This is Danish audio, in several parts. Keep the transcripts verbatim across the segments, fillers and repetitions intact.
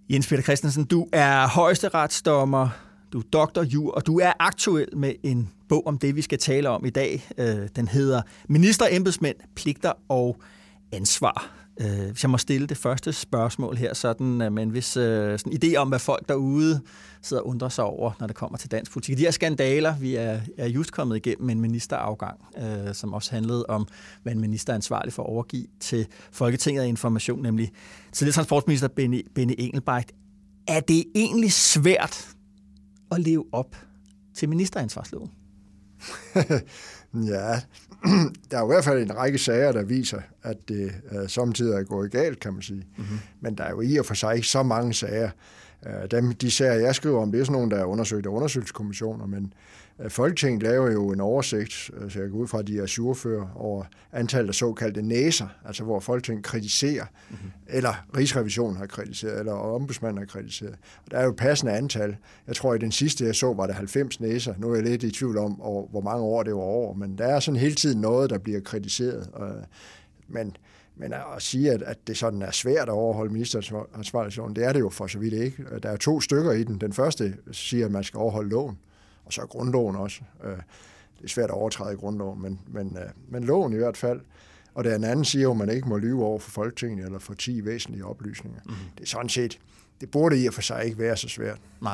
Jens Peter Christensen, du er højesteretsdommer, du er doktor jur, og du er aktuel med en bog om det, vi skal tale om i dag. Den hedder Minister, embedsmænd, pligter og ansvar. Hvis jeg må stille det første spørgsmål her, sådan med en vis sådan idé om, hvad folk derude sidder og undrer sig over, når det kommer til dansk politik. De her skandaler, vi er, er just kommet igennem en ministerafgang, øh, som også handlede om, hvad en minister er ansvarlig for at overgive til Folketinget af information, nemlig tidligere transportminister Benny, Benny Engelbrecht. Er det egentlig svært at leve op til ministeransvarsloven? Ja, der er i hvert fald en række sager, der viser, at det uh, samtidig er gået galt, kan man sige. Mm-hmm. Men der er jo i og for sig ikke så mange sager. Uh, dem, de sager, jeg skriver om, det er sådan nogle, der er undersøgt af undersøgelseskommissioner, men uh, Folketinget laver jo en oversigt, uh, så jeg går ud fra, at de er ajourfører over antallet af såkaldte næser, altså hvor Folketinget kritiserer, mm-hmm. eller Rigsrevisionen har kritiseret, eller ombudsmanden har kritiseret. Og der er jo passende antal. Jeg tror, i den sidste, jeg så, var der halvfems næser. Nu er jeg lidt i tvivl om, hvor mange år det var over, men der er sådan hele tiden noget, der bliver kritiseret. Uh, men Men at sige, at, at det sådan er svært at overholde ministeransvarlighedsloven, det er det jo for så vidt ikke. Der er to stykker i den. Den første siger, at man skal overholde loven, og så grundloven også. Det er svært at overtræde grundloven, men, men, men loven i hvert fald. Og den anden siger jo, at man ikke må lyve over for Folketinget eller for ti væsentlige oplysninger. Mm-hmm. Det er sådan set, det burde i og for sig ikke være så svært. Nej.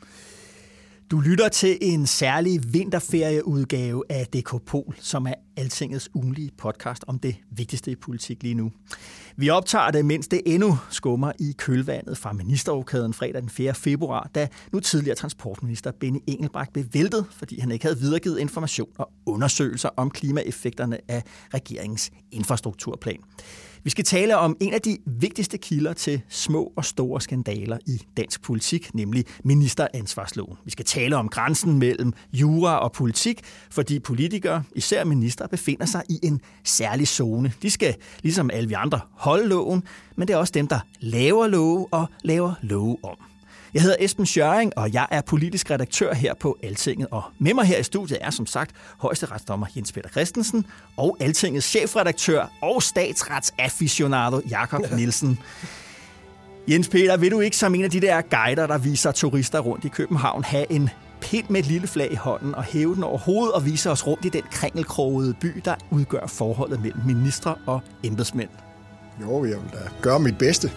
Du lytter til en særlig vinterferieudgave af D K Pol, som er Altingets ugenlige podcast om det vigtigste i politik lige nu. Vi optager det, mens det endnu skummer i kølvandet fra ministerrokaden fredag den fjerde februar, da nu tidligere transportminister Benny Engelbrecht blev væltet, fordi han ikke havde videregivet information og undersøgelser om klimaeffekterne af regeringens infrastrukturplan. Vi skal tale om en af de vigtigste kilder til små og store skandaler i dansk politik, nemlig ministeransvarsloven. Vi skal tale om grænsen mellem jura og politik, fordi politikere, især ministre, befinder sig i en særlig zone. De skal, ligesom alle vi andre, holde loven, men det er også dem, der laver love og laver love om. Jeg hedder Esben Schøring, og jeg er politisk redaktør her på Altinget. Og med mig her i studiet er som sagt højesteretsdommer Jens Peter Christensen og Altingets chefredaktør og statsretsaficionado Jakob Nielsen. Jens Peter, vil du ikke som en af de der guider, der viser turister rundt i København, have en pind med et lille flag i hånden og hæve den over hovedet og vise os rundt i den kringelkrogede by, der udgør forholdet mellem ministre og embedsmænd? Jo, jeg vil da gøre mit bedste.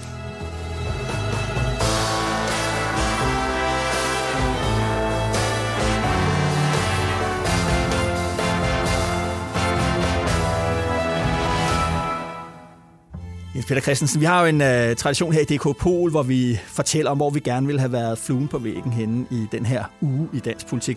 Jens Peter Christensen, vi har jo en uh, tradition her i D K Pol, hvor vi fortæller om, hvor vi gerne vil have været fluen på væggen henne i den her uge i dansk politik.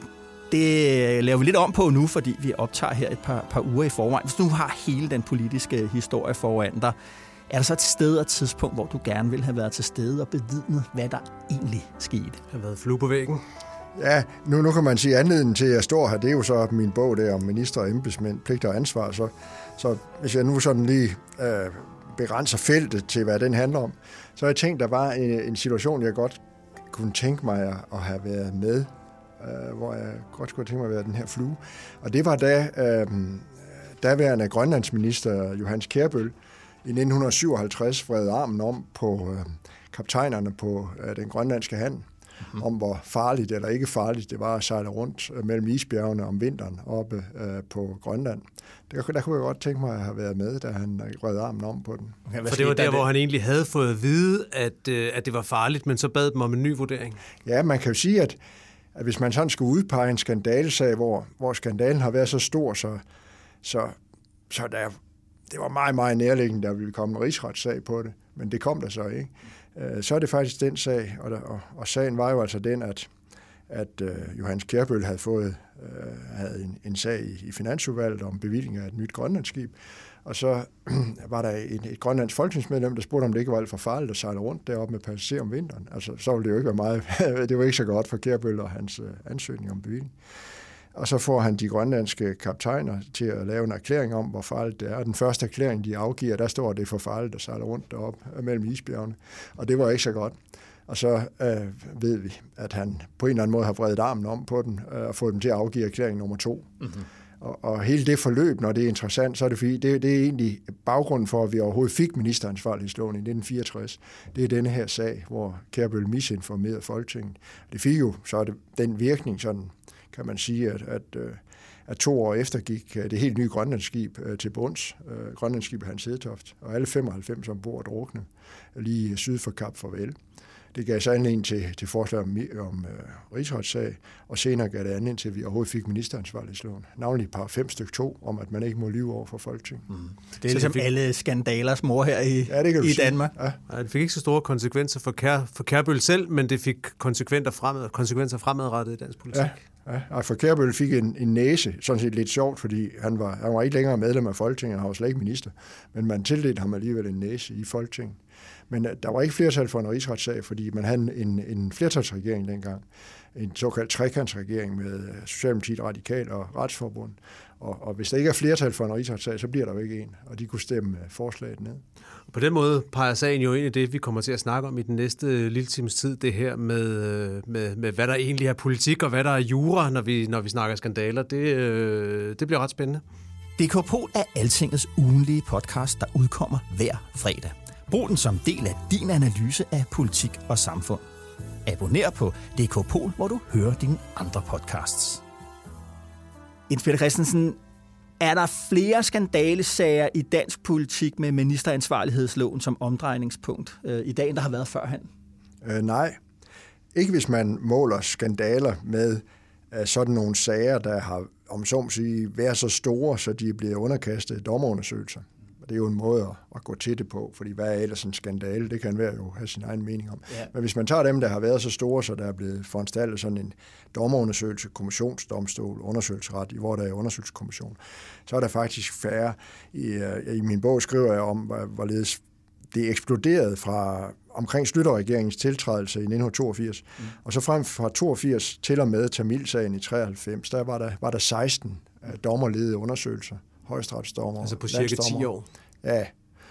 Det laver vi lidt om på nu, fordi vi optager her et par, par uger i forvejen. Hvis du nu har hele den politiske historie foran dig, er der så et sted og et tidspunkt, hvor du gerne vil have været til stede og bevidnet, hvad der egentlig skete? Har været flue på væggen? Ja, nu, nu kan man sige, at anledningen til, at jeg står her, det er jo så min bog der om minister og embedsmænd, pligter og ansvar. Så, så hvis jeg nu sådan lige øh, begrænser feltet til, hvad den handler om, så har jeg tænkt, der var en, en situation, jeg godt kunne tænke mig at, at have været med, øh, hvor jeg godt skulle tænke mig at være den her flue. Og det var da øh, daværende grønlandsminister Johannes Kjærbøl i nitten syvoghalvtreds vred armen om på øh, kaptajnerne på øh, den grønlandske handel, mm-hmm. om hvor farligt eller ikke farligt det var at sejle rundt øh, mellem isbjergene om vinteren oppe øh, på Grønland. Der, der kunne jeg godt tænke mig at have været med, da han vred armen om på den. Okay, for det var der, hvor han egentlig havde fået at vide, at, øh, at det var farligt, men så bad dem om en ny vurdering. Ja, man kan jo sige, at, at hvis man sådan skulle udpege en skandalesag, hvor, hvor skandalen har været så stor, så, så, så der, det var meget, meget nærliggende, der ville komme en rigsretssag på det, men det kom der så ikke. Så er det faktisk den sag, og, der, og, og sagen var jo altså den, at, at uh, Johannes Kjærbøl havde fået uh, havde en, en sag i, i Finansudvalget om bevilling af et nyt grønlandsskib, og så var der et, et grønlandsk folketingsmedlem, der spurgte, om det ikke var alt for farligt at sejle rundt deroppe med passagerer om vinteren. Altså, så ville det jo ikke være meget, det var ikke så godt for Kjærbøl og hans uh, ansøgning om bevilling. Og så får han de grønlandske kaptajner til at lave en erklæring om, hvor farligt det er. Og den første erklæring, de afgiver, der står, at det er for farligt at sejle rundt deroppe mellem isbjergene. Og det var ikke så godt. Og så øh, ved vi, at han på en eller anden måde har vredet armen om på den, øh, og fået dem til at afgive erklæring nummer to. Mm-hmm. Og, og hele det forløb, når det er interessant, så er det fordi, det, det er egentlig baggrunden for, at vi overhovedet fik ministeransvarlighedsloven i nitten fireogtres. Det er denne her sag, hvor Kjærbøl misinformerede Folketinget. Det fik jo så det, den virkning, sådan kan man sige, at, at, at to år efter gik det helt nye Grønlandsskib til bunds. Grønlandsskibet Hans Hedtoft, og alle femoghalvfems ombord drukne lige syd for Kap Farvel. Det gav så anledning til, til forslag om, om uh, rigsretssag, og senere gav det anledning til, at vi overhovedet fik ministeransvarlighedsloven. Navnlig par fem stykke to, om at man ikke må lyve over for Folketinget. Mm. Det er ligesom fik... alle skandalers mor her i, ja, i Danmark. Ja. Ja, det fik ikke så store konsekvenser for, Kær, for Kjærbøl selv, men det fik konsekvenser, fremad, konsekvenser fremadrettet i dansk politik. Ja. Ja, for Kjærbøl fik en, en næse, sådan set lidt sjovt, fordi han var, han var ikke længere medlem af Folketinget, han var slet ikke minister, men man tildelte ham alligevel en næse i Folketinget. Men der var ikke flertal for en rigsretssag, fordi man havde en, en flertalsregering dengang, en såkaldt trekantsregering med Socialdemokratiet, Radikal og Retsforbund. Og, og hvis der ikke er flertal for en rigsretssag, så bliver der jo ikke en, og de kunne stemme forslaget ned. På den måde peger sagen jo ind i det, vi kommer til at snakke om i den næste lille times tid, det her med, med, med hvad der egentlig er politik og hvad der er jura, når vi, når vi snakker skandaler. Det, det bliver ret spændende. D K Pol er Altingets ugenlige podcast, der udkommer hver fredag. Brug den som del af din analyse af politik og samfund. Abonner på D K Pol, hvor du hører dine andre podcasts. Jens Peter Christensen, er der flere skandalesager i dansk politik med ministeransvarlighedsloven som omdrejningspunkt øh, i dag, end der har været førhen? Øh, nej. Ikke hvis man måler skandaler med uh, sådan nogle sager, der har, om så må sige, været så store, så de bliver underkastet dommerundersøgelser. Det er jo en måde at gå til det på, fordi hvad er ellers en skandale? Det kan være jo have sin egen mening om. Ja. Men hvis man tager dem, der har været så store, så der er blevet foranstaltet sådan en dommerundersøgelse, kommissionsdomstol, undersøgelsesret, i hvor der er undersøgelseskommission, så er der faktisk færre. I, i min bog skriver jeg om, hvorledes det eksploderede fra omkring Schlüter-regeringens tiltrædelse i nitten toogfirs, mm. og så frem fra toogfirs til og med Tamilsagen i treoghalvfems, der var der, var der seksten dommerledede undersøgelser. Højesteretsdommer. Altså på cirka ti år? Ja,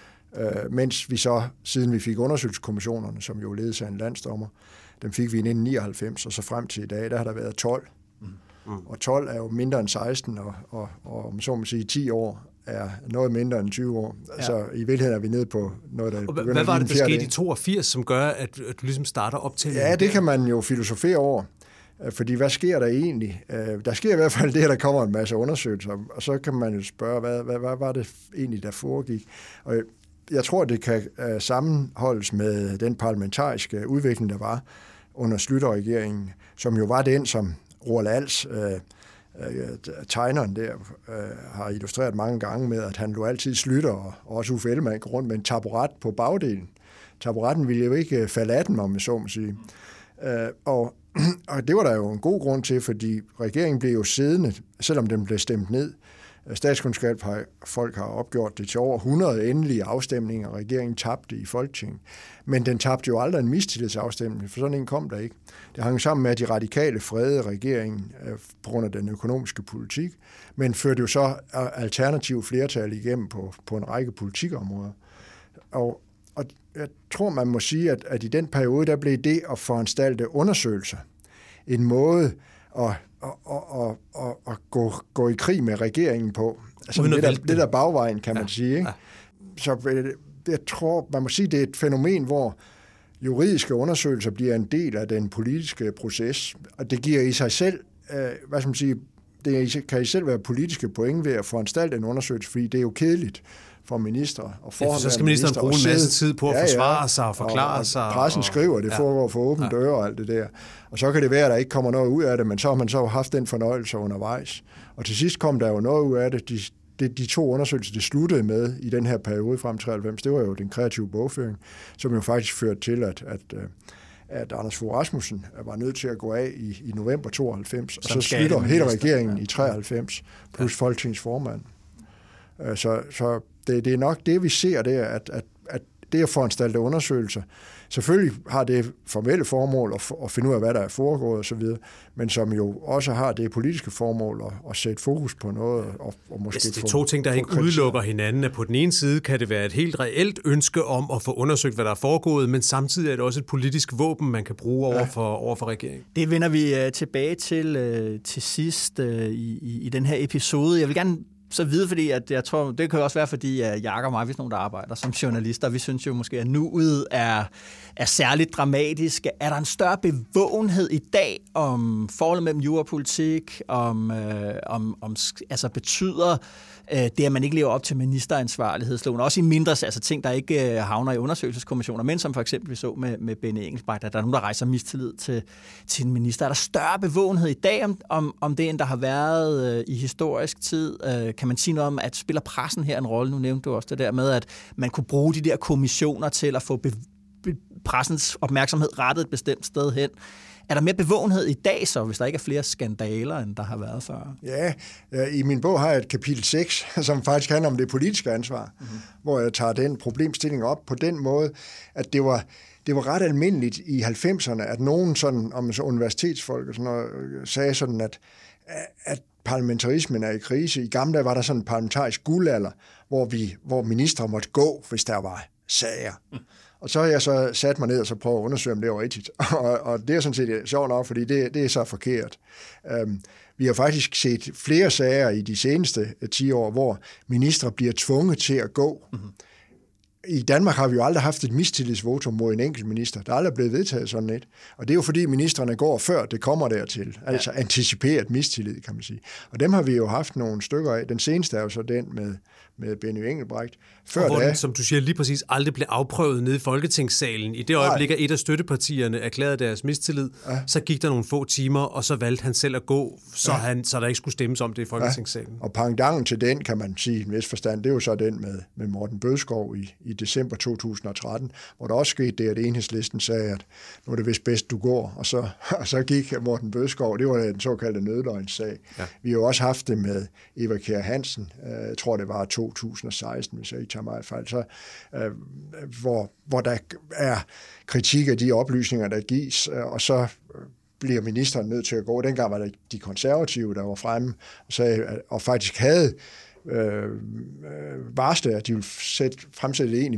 øh, mens vi så, siden vi fik undersøgelseskommissionerne, som jo ledes af en landsdommer, dem fik vi i nitten nioghalvfems, og så frem til i dag, der har der været tolv. Mm. Mm. Og tolv er jo mindre end seksten, og, og, og om så må sige ti år er noget mindre end tyve år. Ja. Så i virkeligheden er vi nede på noget, der... Og hvad var det, der skete i toogfirs, som gør, at, at du ligesom starter optællingen? Ja, det kan man jo filosofere over. Fordi hvad sker der egentlig? Der sker i hvert fald det, at der kommer en masse undersøgelser, og så kan man jo spørge, hvad, hvad, hvad var det egentlig, der foregik? Og jeg tror, det kan sammenholdes med den parlamentariske udvikling, der var under Schlüter-regeringen, som jo var den, som Roald Als, øh, øh, tegneren der, øh, har illustreret mange gange med, at han lå altid Schlüter, og også Uffe Ellemann går rundt med en taburet på bagdelen. Taburetten ville jo ikke falde af den, om jeg så må sige. Øh, og Og det var der jo en god grund til, fordi regeringen blev jo siddende, selvom den blev stemt ned. Statskundskabsfolk har opgjort det til over hundrede endelige afstemninger, og regeringen tabte i Folketinget. Men den tabte jo aldrig en mistillidsafstemning, for sådan en kom der ikke. Det hang sammen med, at de radikale fredede regeringen på grund af den økonomiske politik, men førte jo så alternativ flertal igennem på, på en række politikområder. Og Og jeg tror, man må sige, at, at i den periode, der blev det at foranstalte undersøgelser en måde at, at, at, at, at gå, gå i krig med regeringen på. Altså det der, det der bagvejen, kan man ja. sige. Ikke? Ja. Så jeg tror, man må sige, det er et fænomen, hvor juridiske undersøgelser bliver en del af den politiske proces, og det giver i sig selv, hvad skal man sige, det kan i selv være politiske point ved at foranstalte en undersøgelse, fordi det er jo kedeligt for ministre og for ja, så skal ministeren bruge en masse tid på at ja, ja. forsvare sig og forklare og, og sig. Pressen og, skriver, det ja. foregår for åbne ja. døre og alt det der. Og så kan det være, at der ikke kommer noget ud af det, men så har man så haft den fornøjelse undervejs. Og til sidst kom der jo noget ud af det. De, de, de to undersøgelser, det sluttede med i den her periode frem til treoghalvfems, det var jo den kreative bogføring, som jo faktisk førte til, at, at, at Anders Fogh Rasmussen var nødt til at gå af i, i november tooghalvfems, og så slutter hele regeringen ja. i treoghalvfems, plus ja. Folketingets formand. Så, så det, det er nok det, vi ser der, at, at, at det at foranstalte undersøgelser. Selvfølgelig har det formelle formål at, at finde ud af, hvad der er foregået osv., men som jo også har det politiske formål at, at sætte fokus på noget. Og, og måske altså, det er få, to ting, der ikke udelukker hinanden. At på den ene side kan det være et helt reelt ønske om at få undersøgt, hvad der er foregået, men samtidig er det også et politisk våben, man kan bruge over for, ja. over for regeringen. Det vender vi uh, tilbage til uh, til sidst uh, i, i, i den her episode. Jeg vil gerne så videre, fordi at jeg tror, det kan også være, fordi at Jakob og mig, hvis nogen, der arbejder som journalister, vi synes jo måske, at nuet er, er særligt dramatisk. Er der en større bevågenhed i dag om forholdet mellem jura og politik, om, øh, om, om altså betyder øh, det, at man ikke lever op til ministeransvarlighedsloven, også i mindre altså ting, der ikke øh, havner i undersøgelseskommissioner, men som for eksempel vi så med, med Benny Engelbrecht, at der er nogen, der rejser mistillid til, til en minister. Er der større bevågenhed i dag om, om, om det, end der har været øh, i historisk tid? Øh, kan man sige noget om, at spiller pressen her en rolle? Nu nævnte du også det der med, at man kunne bruge de der kommissioner til at få be- be- pressens opmærksomhed rettet et bestemt sted hen. Er der mere bevågenhed i dag så, hvis der ikke er flere skandaler, end der har været før? Ja, i min bog har jeg et kapitel seks, som faktisk handler om det politiske ansvar, mm-hmm. hvor jeg tager den problemstilling op på den måde, at det var, det var ret almindeligt i halvfemserne, at nogen sådan, om så universitetsfolk og sådan noget, sagde sådan, at, at parlamentarismen er i krise. I gamle dage var der sådan en parlamentarisk guldalder, hvor, vi, hvor ministre måtte gå, hvis der var sager. Mm. Og så har jeg så sat mig ned og så prøvet at undersøge, om det var rigtigt. Og, og det er sådan set sjovt nok, fordi det, det er så forkert. Um, vi har faktisk set flere sager i de seneste ti år, hvor ministre bliver tvunget til at gå. Mm-hmm. I Danmark har vi jo aldrig haft et mistillidsvotum mod en enkelt minister. Der er aldrig blevet vedtaget sådan et. Og det er jo fordi ministerne går før det kommer dertil. Altså ja. Anticiperet mistillid, kan man sige. Og dem har vi jo haft nogle stykker af. Den seneste er jo så den med, med Benny Engelbrecht. Før hvor da, den, som du siger, lige præcis aldrig blev afprøvet nede i Folketingssalen. I det øjeblik, at et af støttepartierne erklærede deres mistillid, ja. så gik der nogle få timer, og så valgte han selv at gå, så, ja. han, så der ikke skulle stemmes om det i Folketingssalen. Ja. Og pendant til den, kan man sige i en vis forstand, det er jo så den med, med Morten Bødskov i, i december to tusind og tretten, hvor der også skete det, at Enhedslisten sagde, at nu er det vist bedst, du går. Og så, og så gik Morten Bødskov, det var den såkaldte nødløgnssag. Ja. Vi har jo også haft det med Eva Kjær Hansen, jeg tror det var to tusind og seksten, hvis jeg ikke tager meget fejl, så, øh, hvor, hvor der er kritik af de oplysninger, der gives, og så bliver ministeren nødt til at gå. Dengang var det de konservative, der var fremme og, sagde, og faktisk havde øh, varslet, at de ville sætte, fremsætte en i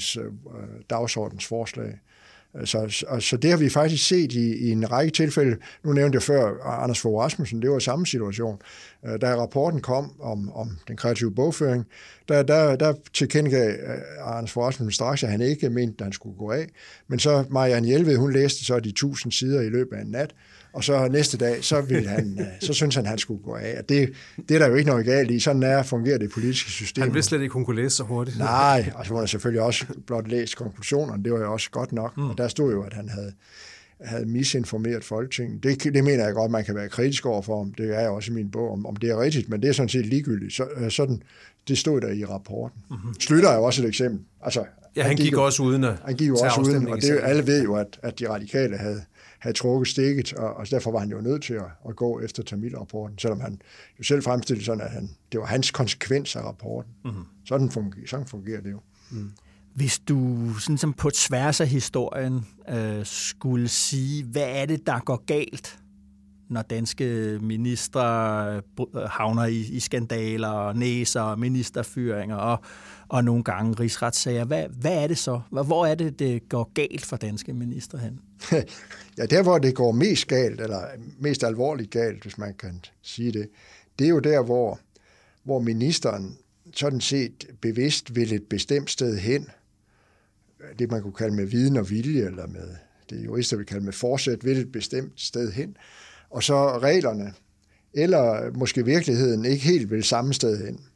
mistillidsdagsordensforslag. Så, og, så det har vi faktisk set i, i en række tilfælde. Nu nævnte jeg før Anders Fogh Rasmussen, det var samme situation. Da rapporten kom om, om den kreative bogføring, der, der, der tilkendegav Anders Fogh Rasmussen straks, at han ikke mente, at han skulle gå af. Men så Marianne Jelved, hun læste så de tusind sider i løbet af en nat, og så næste dag, så, ville han, så synes han, at han skulle gå af. Og det, det er der jo ikke noget galt i. Sådan er fungerer det politiske system. Han vidste slet ikke, hun kunne læse så hurtigt. Nej, og så var der selvfølgelig også blot læst konklusionerne. Det var jo også godt nok. Mm. Og der stod jo, at han havde, havde misinformeret Folketinget. Det, det mener jeg godt, man kan være kritisk overfor. Det er jeg også i min bog, om, om det er rigtigt, men det er sådan set ligegyldigt. Så, sådan, det stod der i rapporten. Mm-hmm. Slytter er jo også et eksempel. Altså, ja, han, han gik, gik også uden at Han gik jo også uden, og det, alle ved jo, at, at de radikale havde havde trukket stikket, og, og derfor var han jo nødt til at, at gå efter Tamil-rapporten, selvom han jo selv fremstillede sådan, at han, det var hans konsekvens af rapporten. Mm-hmm. Sådan, fungerer, sådan fungerer det jo. Mm. Hvis du sådan som på tværs af historien øh, skulle sige, hvad er det, der går galt, når danske ministre havner i, i skandaler, næser, ministerfyringer og, og nogle gange rigsretssager. Hvad, hvad er det så? Hvor er det, det går galt for danske ministre hen? Ja, der hvor det går mest galt, eller mest alvorligt galt, hvis man kan sige det, det er jo der, hvor, hvor ministeren sådan set bevidst vil et bestemt sted hen, det man kunne kalde med viden og vilje, eller med det jurister vil kalde med forsæt, vil et bestemt sted hen, og så reglerne, eller måske virkeligheden, ikke helt vil samme sted hen.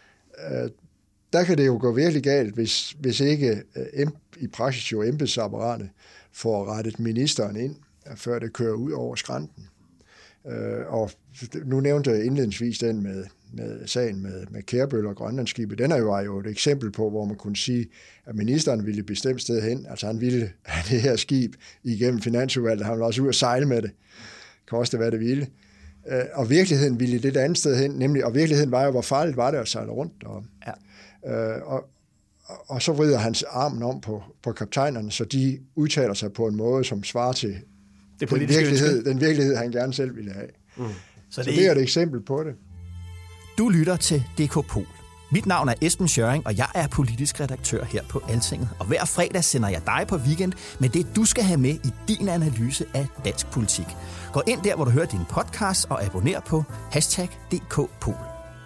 Der kan det jo gå virkelig galt, hvis, hvis ikke i praksis jo embedsapparatet får rettet ministeren ind, før det kører ud over skrænten. Og nu nævnte jeg indledningsvis den med, med sagen med, med Kærbøl og Grønlandsskibet. Den er jo, jo et eksempel på, hvor man kunne sige, at ministeren ville et bestemt sted hen. Altså han ville have det her skib igennem finansudvalget. Han ville også ud og sejle med det. Koste hvad det ville. Og virkeligheden ville det et andet sted hen, nemlig, og virkeligheden var jo, hvor farligt var det at sejle rundt. Og, ja. og, og så vrider hans armen om på, på kaptajnerne, så de udtaler sig på en måde, som svarer til det den virkelighed, den virkelighed, han gerne selv ville have. Mm. Så, så det, det er et eksempel på det. Du lytter til D K Pol. Mit navn er Esben Schøring, og jeg er politisk redaktør her på Altinget. Og hver fredag sender jeg dig på weekend med det, du skal have med i din analyse af dansk politik. Gå ind der, hvor du hører din podcast, og abonner på hashtag D K Pol.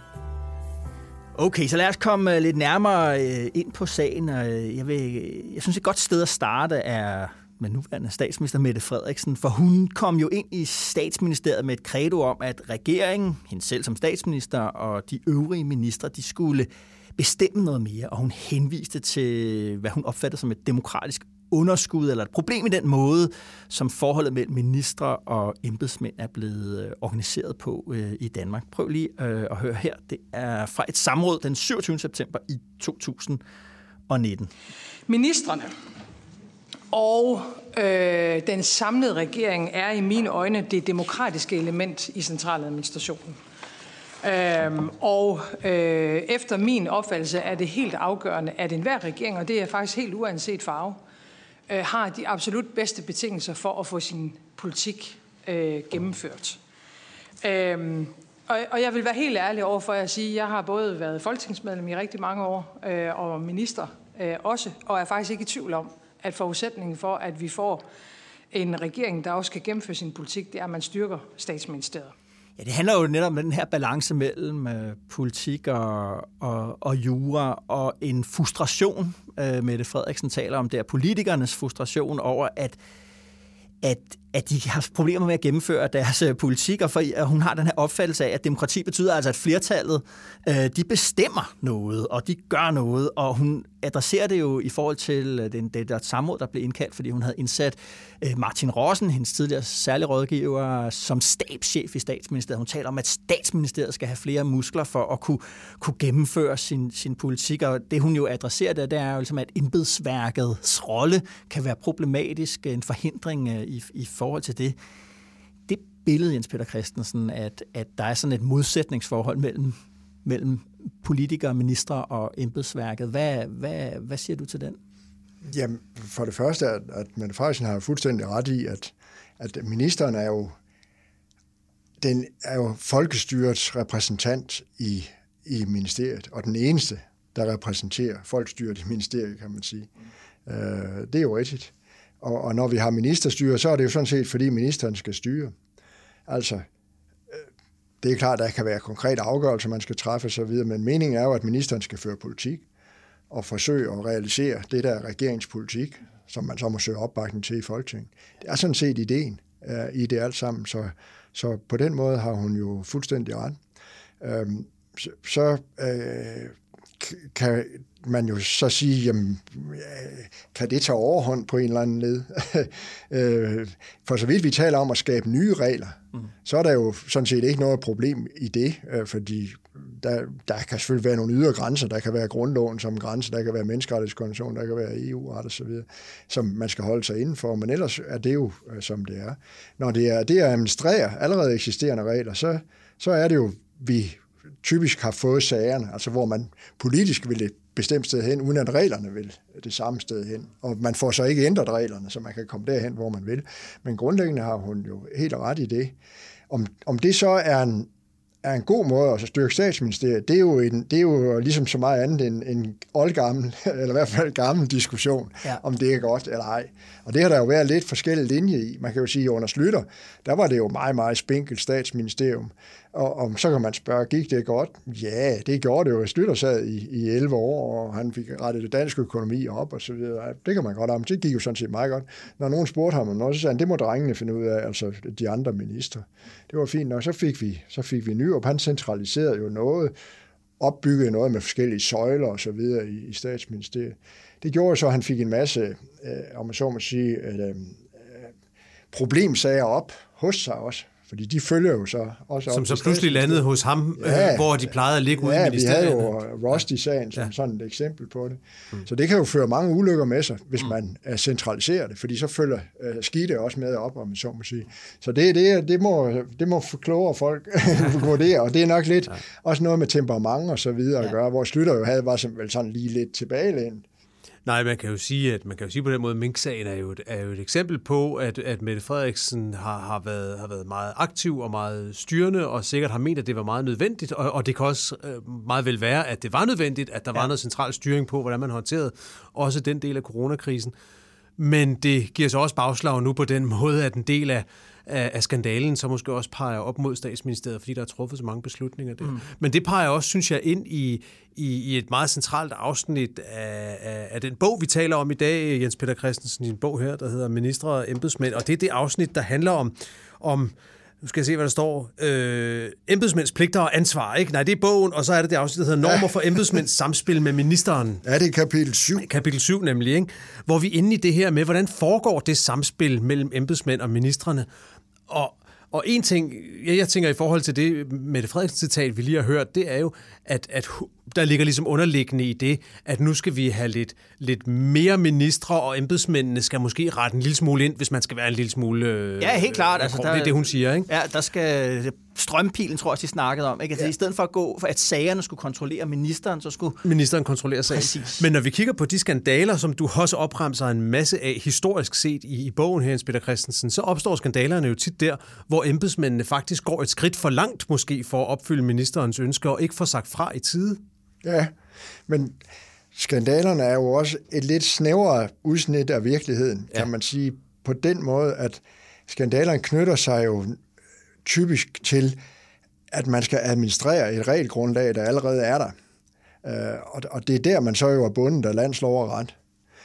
Okay, så lad os komme lidt nærmere ind på sagen. Jeg, vil, jeg synes, et godt sted at starte er med nuværende statsminister Mette Frederiksen, for hun kom jo ind i statsministeriet med et credo om, at regeringen, hende selv som statsminister og de øvrige ministre, de skulle bestemme noget mere, og hun henviste til, hvad hun opfattede som et demokratisk underskud, eller et problem i den måde, som forholdet mellem ministre og embedsmænd er blevet organiseret på øh, i Danmark. Prøv lige øh, at høre her. Det er fra et samråd den syvogtyvende september i to tusind og nitten. Ministrene og øh, den samlede regering er i mine øjne det demokratiske element i centraladministrationen. Øhm, og øh, efter min opfattelse er det helt afgørende, at enhver regering, og det er faktisk helt uanset farve, øh, har de absolut bedste betingelser for at få sin politik øh, gennemført. Øhm, og, og jeg vil være helt ærlig over for at sige, at jeg har både været folketingsmedlem i rigtig mange år, øh, og minister øh, også, og er faktisk ikke i tvivl om, at forudsætningen for, at vi får en regering, der også kan gennemføre sin politik, det er, at man styrker statsministeriet. Ja, det handler jo netop om den her balance mellem øh, politik og, og, og jura, og en frustration, øh, Mette Frederiksen taler om, det er politikernes frustration over, at, at, at de har problemer med at gennemføre deres øh, politik, og for, hun har den her opfattelse af, at demokrati betyder altså, at flertallet øh, de bestemmer noget, og de gør noget, og hun adresserer det jo i forhold til den, det der samråd, der blev indkaldt, fordi hun havde indsat øh, Martin Rossen, hendes tidligere særlige rådgiver, som stabschef i statsministeriet. Hun taler om, at statsministeriet skal have flere muskler for at kunne, kunne gennemføre sin, sin politik, og det hun jo adresserer, det, det er jo ligesom, at embedsværkets rolle kan være problematisk, en forhindring øh, i, i forhold til det. Det billede, Jens Peter Christensen, at, at der er sådan et modsætningsforhold mellem mellem politikere, ministre og embedsværket. Hvad, hvad, hvad siger du til den? Jamen, for det første, at, at Mette Frederiksen har fuldstændig ret i, at, at ministeren er jo, den er jo folkestyrets repræsentant i, i ministeriet, og den eneste, der repræsenterer folkestyret i ministeriet, kan man sige. Uh, det er jo rigtigt. Og, og når vi har ministerstyre, så er det jo sådan set, fordi ministeren skal styre. Altså, det er klart, at der kan være konkrete afgørelser, man skal træffe så videre, men meningen er jo, at ministeren skal føre politik og forsøge at realisere det der regeringspolitik, som man så må søge opbakning til i Folketinget. Det er sådan set ideen uh, i det alt sammen, så, så på den måde har hun jo fuldstændig ret. Uh, så så uh, kan man jo så sige, jamen, kan det tage overhånd på en eller anden led? For så vidt vi taler om at skabe nye regler, mm. så er der jo sådan set ikke noget problem i det, fordi der, der kan selvfølgelig være nogle ydre grænser, der kan være grundloven som grænse, der kan være menneskerettighedskonventionen, der kan være E U-ret og så videre, som man skal holde sig indenfor, men ellers er det jo, som det er. Når det er det at administrere allerede eksisterende regler, så, så er det jo, vi typisk har fået sagerne, altså hvor man politisk vil et bestemt sted hen, uden at reglerne vil det samme sted hen. Og man får så ikke ændret reglerne, så man kan komme derhen, hvor man vil. Men grundlæggende har hun jo helt ret i det. Om, om det så er en, er en god måde at styrke statsministeriet, det er jo, en, det er jo ligesom så meget andet end en oldgammel, eller i hvert fald gammel diskussion, ja. Om det er godt eller ej. Og det har der jo været lidt forskellige linje i. Man kan jo sige, at under Schlüter, der var det jo meget, meget spinkelt statsministerium. Og, og så kan man spørge, gik det godt? Ja, det gjorde det jo. Schlüter sad i, i elleve år, og han fik rettet det danske økonomi op og så videre. Det kan man godt om. Det gik jo sådan set meget godt. Når nogen spurgte ham om noget, så sagde han, det må drengene finde ud af, altså de andre minister. Det var fint nok. Så fik vi, så fik vi ny, og han centraliserede jo noget, opbyggede noget med forskellige søjler og så videre i, i statsministeriet. Det gjorde så, at han fik en masse, øh, om man så må sige, øh, øh, problemsager op hos sig også. Fordi de følger jo så også Som op så pludselig landede hos ham, ja, øh, hvor de plejede at ligge ude ja, i ministerierne. Ja, vi havde jo Rusty-sagen som ja. sådan et eksempel på det. Mm. Så det kan jo føre mange ulykker med sig, hvis mm. man uh, centraliserer det, fordi så følger uh, skidte også med op, om så må sige. Så det, det, det, må, det må klogere folk vurdere, og det er nok lidt ja. også noget med temperament og så videre ja. at gøre, hvor Schlüter jo havde, var vel sådan lige lidt tilbagelænet. Nej, man kan jo sige, at man kan jo sige på den måde, at Mink-sagen er jo et, er jo et eksempel på, at, at Mette Frederiksen har, har, været, har været meget aktiv og meget styrende, og sikkert har ment, at det var meget nødvendigt, og, og det kan også meget vel være, at det var nødvendigt, at der ja. var noget central styring på, hvordan man håndterede også den del af coronakrisen. Men det giver så også bagslag nu på den måde, at en del af af skandalen, så måske også peger op mod statsministeriet, fordi der er truffet så mange beslutninger der. Mm. Men det peger også, synes jeg, ind i, i, i et meget centralt afsnit af, af, af den bog, vi taler om i dag, Jens Peter Christensen, i en bog her, der hedder Ministre og embedsmænd, og det er det afsnit, der handler om, om nu skal jeg se, hvad der står, øh, embedsmænds pligter og ansvar, ikke? Nej, det er bogen, og så er det det afsnit, der hedder Normer for embedsmænds samspil med ministeren. Ja, det er kapitel syv. Kapitel syv nemlig, ikke? Hvor vi er inde i det her med, hvordan foregår det samspil mellem embedsmænd og ministrene. Og, og en ting, jeg, jeg tænker i forhold til det Mette Frederiksen citat, vi lige har hørt, det er jo, at, at der ligger ligesom underliggende i det, at nu skal vi have lidt, lidt mere ministre, og embedsmændene skal måske rette en lille smule ind, hvis man skal være en lille smule... Øh, ja, helt klart. Altså, der, det er det, hun siger, ikke? Ja, der skal... Strømpilen, tror jeg, de snakkede om. Ikke? Altså, ja. I stedet for at gå, for at sagerne skulle kontrollere ministeren, så skulle... Ministeren kontrollere sagen. Præcis. Men når vi kigger på de skandaler, som du også opremser en masse af historisk set i, i bogen her, Jens Peter Christensen, så opstår skandalerne jo tit der, hvor embedsmændene faktisk går et skridt for langt måske for at opfylde ministerens ønsker og ikke får sagt fra i tide. Ja, men skandalerne er jo også et lidt snævrere udsnit af virkeligheden, ja. kan man sige, på den måde, at skandalerne knytter sig jo typisk til, at man skal administrere et regelgrundlag, der allerede er der. Og det er der, man så jo er bundet af landslov og ret.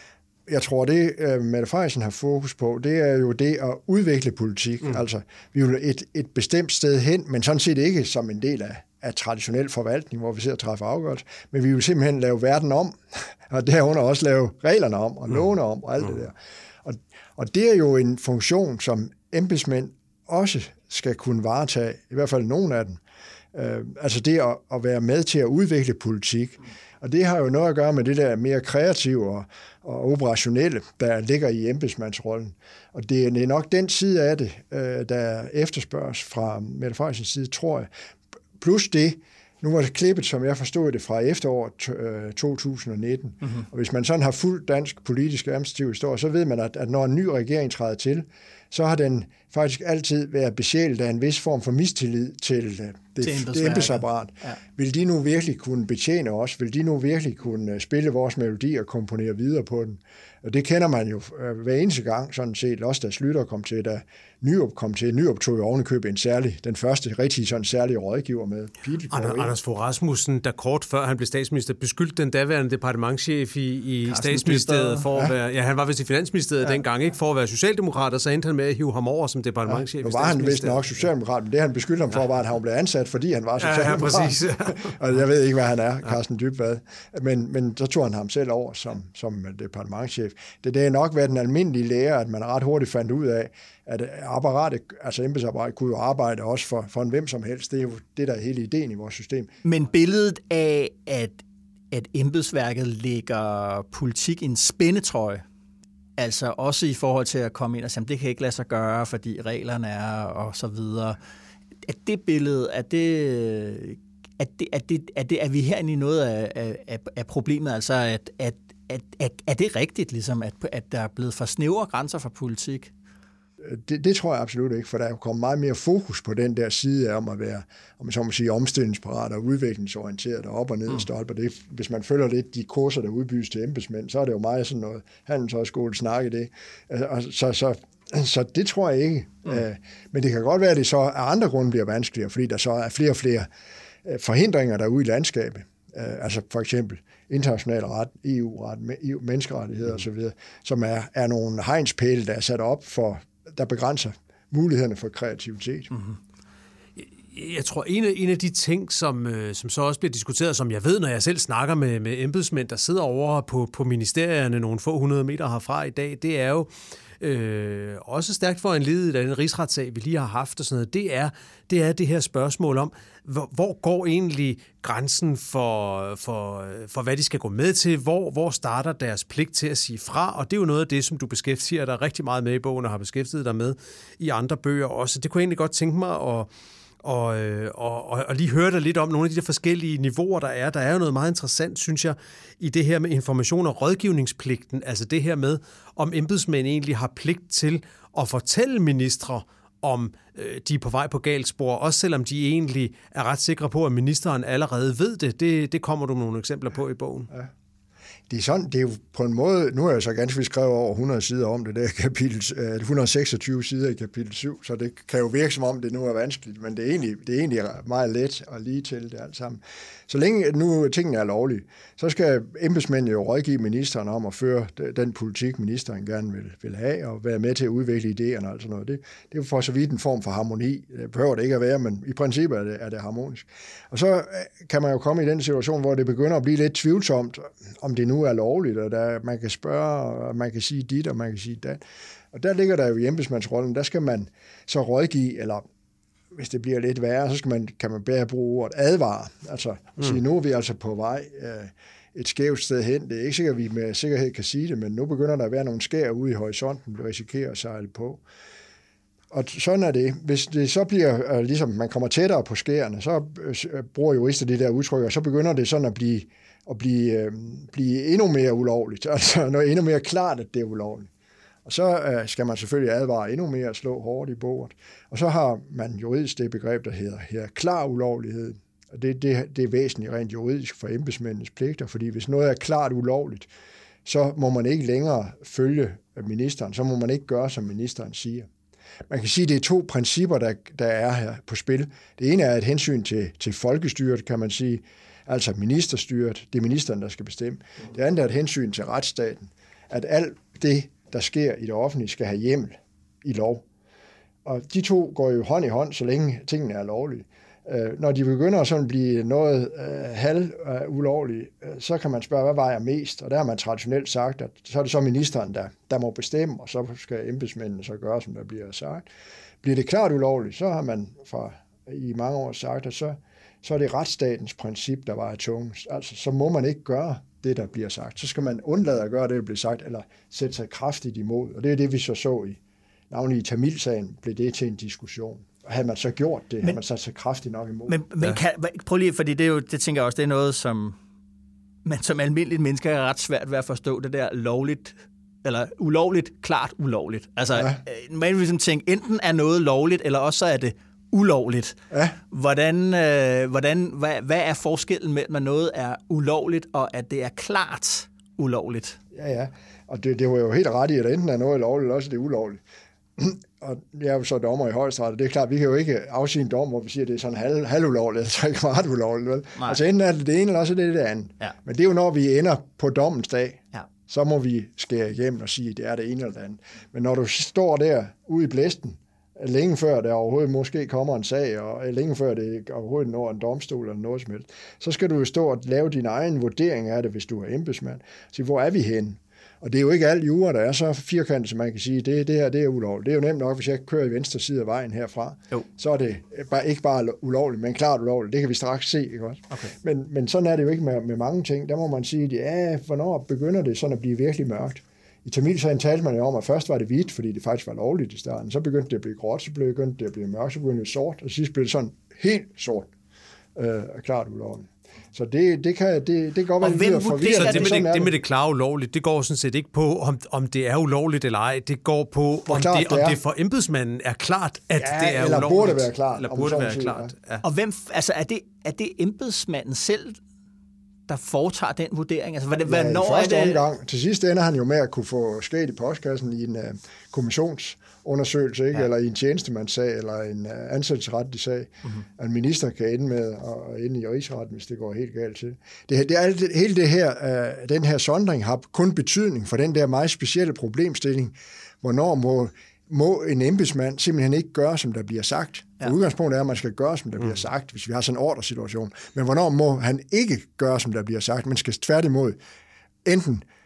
Jeg tror, det Mette Frederiksen har fokus på, det er jo det at udvikle politik. Mm. Altså, vi vil et, et bestemt sted hen, men sådan set ikke som en del af, af traditionel forvaltning, hvor vi ser at træffe afgørelser, men vi vil simpelthen lave verden om, og derunder også lave reglerne om, og lovene om, og alt det der. Og, og det er jo en funktion, som embedsmænd også skal kunne varetage, i hvert fald nogle af dem. Øh, altså det at, at være med til at udvikle politik. Og det har jo noget at gøre med det der mere kreative og, og operationelle, der ligger i embedsmandsrollen. Og det er, det er nok den side af det, øh, der efterspørges fra Mette Frederiksens side, tror jeg. Plus det, nu var det klippet, som jeg forstod det, fra efteråret to tusind nitten. Mm-hmm. Og hvis man sådan har fuldt dansk politisk administrativ historie, så ved man, at, at når en ny regering træder til, så har den faktisk altid været besjælet af en vis form for mistillid til det, det embedsapparat. Ja. Vil de nu virkelig kunne betjene os? Vil de nu virkelig kunne spille vores melodi og komponere videre på den? Og det kender man jo hver eneste gang, sådan set. Også da Schlüter kom til, da Nyrup kom til. Nyrup tog jo ovenikøbet en særlig, den første rigtig sådan særlige rådgiver med. Anders, Anders Fogh Rasmussen, der kort før han blev statsminister, beskyldte den daværende departementschef i, i statsministeriet for at være, ja, han var vist i Finansministeriet ja. dengang, ikke for at være socialdemokrat, og så endte han med at hive ham over som departementschef ja, i statsministeriet. Nu var han vist nok socialdemokrat, men det han beskyldte ham for, ja. var, at han blev ansat, fordi han var socialdemokrat. Ja, ja, præcis. Og jeg ved ikke, hvad han er, Carsten Dybvad. Men, men så tog han ham selv over som, som departementschef. Det, det er nok været den almindelige lære, at man ret hurtigt fandt ud af, at apparatet, altså embedsapparatet, kunne jo arbejde også for, for en hvem som helst. Det er jo det, der er hele ideen i vores system. Men billedet af, at, at embedsværket lægger politik i en spændetrøje, altså også i forhold til at komme ind og sige, det kan ikke lade sig gøre, fordi reglerne er, og så videre. Er det billede, er det... Er, det, er, det, er, det, er vi herinde i noget af, af, af problemet, altså at, at, at, at er det rigtigt, ligesom, at, at der er blevet for snævre grænser for politik? Det, det tror jeg absolut ikke, for der er jo kommet meget mere fokus på den der side af om at være, om man så må sige, omstillingsparat og udviklingsorienteret og op og ned og stolper. Det, hvis man følger lidt de kurser, der udbydes til embedsmænd, så er det jo meget sådan noget handelshøjskole snak i det. Altså, så, så, så det tror jeg ikke. Mm. Men det kan godt være, at det så af andre grunde bliver vanskeligere, fordi der så er flere og flere forhindringer derude i landskabet. Altså for eksempel international ret, E U-ret, menneskerettigheder mm. osv., som er, er nogle hegnspæle, der er sat op for, der begrænser mulighederne for kreativitet. Mm-hmm. Jeg tror, en af, en af de ting, som, som så også bliver diskuteret, som jeg ved, når jeg selv snakker med, med embedsmænd, der sidder over på, på ministerierne nogle få hundrede meter herfra i dag, det er jo, øh, også stærkt for en led af den rigsretssag, vi lige har haft og sådan noget, det er det, er det her spørgsmål om, hvor, hvor går egentlig grænsen for, for, for, hvad de skal gå med til, hvor, hvor starter deres pligt til at sige fra, og det er jo noget af det, som du beskæftiger dig rigtig meget med i bogen, og har beskæftiget dig med i andre bøger også. Det kunne jeg egentlig godt tænke mig at Og, og, og, og lige høre dig lidt om nogle af de der forskellige niveauer, der er. Der er jo noget meget interessant, synes jeg, i det her med information og rådgivningspligten. Altså det her med, om embedsmænd egentlig har pligt til at fortælle ministre, om øh, de er på vej på galt spor, også selvom de egentlig er ret sikre på, at ministeren allerede ved det. Det, det kommer du med nogle eksempler på i bogen. Ja. Det er sådan, det er jo på en måde, nu har jeg så ganske vist skrevet over hundrede sider om det der kapitel, et hundrede og seksogtyve sider i kapitel syv, så det kan jo virke som om, det nu er vanskeligt, men det er egentlig, det er egentlig meget let og lige til det alt sammen. Så længe nu tingene er lovlige, så skal embedsmændene jo rådgive ministeren om at føre den politik, ministeren gerne vil, vil have, og være med til at udvikle idéerne og alt sådan noget. Det, det er jo for så vidt en form for harmoni. Det behøver det ikke at være, men i princippet er det, er det harmonisk. Og så kan man jo komme i den situation, hvor det begynder at blive lidt tvivlsomt, om det nu er lovligt, og der, man kan spørge, og man kan sige dit, og man kan sige dat. Og der ligger der jo i embedsmandsrollen, der skal man så rådgive, eller hvis det bliver lidt værre, så skal man, kan man bedre bruge ordet advare. Altså mm. sige, nu er vi altså på vej øh, et skævt sted hen. Det er ikke sikkert, at vi med sikkerhed kan sige det, men nu begynder der at være nogle skær ude i horisonten, vi risikerer at sejle på. Og sådan er det. Hvis det så bliver, øh, ligesom man kommer tættere på skærene, så øh, bruger jurister det der udtryk, og så begynder det sådan at blive, at blive, øh, blive endnu mere ulovligt. Altså noget endnu mere klart, at det er ulovligt. Og så øh, skal man selvfølgelig advare endnu mere og slå hårdt i bordet. Og så har man juridisk det begreb, der hedder, hedder klar ulovlighed. Og det, det, det er væsentligt rent juridisk for embedsmændenes pligter, fordi hvis noget er klart ulovligt, så må man ikke længere følge ministeren, så må man ikke gøre, som ministeren siger. Man kan sige, at det er to principper, der, der er her på spil. Det ene er et hensyn til, til folkestyret, kan man sige, altså ministerstyret, det er ministeren, der skal bestemme. Det andet er et hensyn til retsstaten, at alt det, der sker i det offentlige, skal have hjemmel i lov. Og de to går jo hånd i hånd, så længe tingene er lovlige. Når de begynder at sådan blive noget øh, halv øh, ulovlige, øh, så kan man spørge, hvad vejer mest? Og der har man traditionelt sagt, at så er det så ministeren, der, der må bestemme, og så skal embedsmændene så gøre, som der bliver sagt. Bliver det klart ulovligt, så har man fra i mange år sagt, at så, så er det retsstatens princip, der vejer tungest. Altså, så må man ikke gøre det, der bliver sagt. Så skal man undlade at gøre det, der bliver sagt, eller sætte sig kraftigt imod. Og det er det, vi så så i. Navnlig i Tamilsagen blev det til en diskussion. Og havde man så gjort det, men, havde man sat sig kraftigt nok imod. Men, men ja. kan, prøv lige, fordi det, er jo, det tænker jeg også, det er noget, som man som almindeligt menneske er ret svært ved at forstå, det der lovligt, eller ulovligt, klart ulovligt. Altså, ja. Man vil ligesom tænke, enten er noget lovligt, eller også så er det ulovligt. Ja. Hvordan, øh, hvordan, hvad, hvad er forskellen mellem, at noget er ulovligt, og at det er klart ulovligt? Ja, ja. Og det, det var jo helt ret i, at enten er noget lovligt, eller også det er ulovligt. Og jeg er jo så dommer i Højesteret, og det er klart, vi kan jo ikke afsige en dom, hvor vi siger, at det er sådan halv, halvulovligt, eller så ikke meget ulovligt. Vel? Altså enten er det det ene, eller også er det det andet. Ja. Men det er jo, når vi ender på dommens dag, ja. Så må vi skære igennem og sige, at det er det ene eller det andet. Men når du står der ude i blæsten, længe før der overhovedet måske kommer en sag, og længe før det overhovedet når en domstol eller noget som helst, så skal du jo stå og lave din egen vurdering af det, hvis du er embedsmand. Så hvor er vi henne? Og det er jo ikke alt jura, der er så firkantet, som man kan sige, det, det her det er ulovligt. Det er jo nemt nok, hvis jeg kører i venstre side af vejen herfra, jo. Så er det bare, ikke bare ulovligt, men klart ulovligt. Det kan vi straks se, ikke også? Okay. Men, men sådan er det jo ikke med, med mange ting. Der må man sige, at ja, hvornår begynder det sådan at blive virkelig mørkt? I Tamilsagen talte man jo om, at først var det hvidt, fordi det faktisk var lovligt i starten. Så begyndte det at blive gråt, så begyndte det at blive mørkt, så begyndte det sort, og sidst blev det sådan helt sort, øh, klart ulovligt. Så det, det kan det, det går vel videre forvirret. Så det med det, det med det klare ulovligt, det går sådan set ikke på, om, om det er ulovligt eller ej. Det går på, om, klart, det, om det, det for embedsmanden er klart, at ja, det er eller ulovligt. Burde være klart, eller burde være klart. Ja. Og hvem, altså er det, er det embedsmanden selv, der foretager den vurdering? Altså, hvad, ja, hvad, når i første er det... omgang. Til sidst ender han jo med at kunne få skæt i postkassen i en uh, kommissionsundersøgelse, ikke? Ja. Eller i en tjenestemandssag, eller en uh, ansættelsesretlig sag. Mm-hmm. En minister kan ende med at ende i rigsretten, hvis det går helt galt til. Det, det er, det, hele det her, uh, den her sondring har kun betydning for den der meget specielle problemstilling, hvornår må må en embedsmand simpelthen ikke gøre, som der bliver sagt. Ja. Udgangspunktet er, at man skal gøre, som der mm. bliver sagt, hvis vi har sådan en ordersituation. Men hvornår må han ikke gøre, som der bliver sagt, men skal tværtimod enten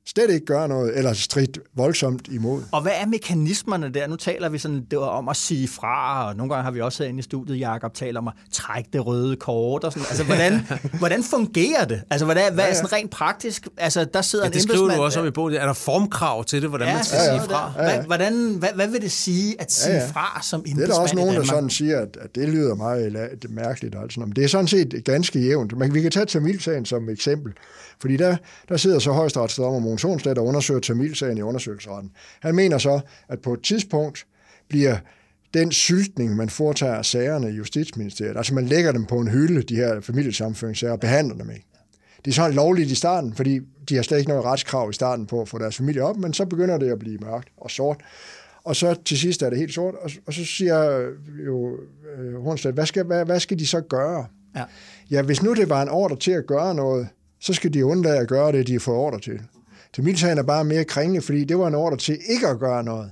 slet ikke gøre noget, eller stridt voldsomt imod. Og hvad er mekanismerne der? Nu taler vi sådan, det var om at sige fra, og nogle gange har vi også herinde i studiet, Jakob, taler om at trække det røde kort og sådan. Altså, hvordan, hvordan fungerer det? Altså, hvad, hvad er sådan rent praktisk? Altså, der sidder ja, en det skriver du også om i bogen. Er der formkrav til det, hvordan ja, man skal ja, ja. sige fra? Ja, ja. Hvordan, hvad, hvad vil det sige at sige ja, ja. fra som embedsmand? Det er der også nogen, der sådan siger, at, at det lyder meget mærkeligt. Altså. Men det er sådan set ganske jævnt. Men vi kan tage Tamilsagen som eksempel. Fordi der, der sidder så højesteretsdommer Mogens Hornstedt, der undersøger Tamilsagen i undersøgelsesretten. Han mener så, at på et tidspunkt bliver den syltning, man foretager af sagerne i Justitsministeriet, altså man lægger dem på en hylde, de her familiesammenføringssager, og behandler dem ikke. Det er sådan lovligt i starten, fordi de har slet ikke noget retskrav i starten på at få deres familie op, men så begynder det at blive mørkt og sort. Og så til sidst er det helt sort, og, og så siger jo øh, Hornstedt, hvad skal, hvad, hvad skal de så gøre? Ja. ja, hvis nu det var en ordre til at gøre noget, så skal de undlade at gøre det, de får ordre til. Tamilsagen er bare mere kringelig, fordi det var en ordre til ikke at gøre noget.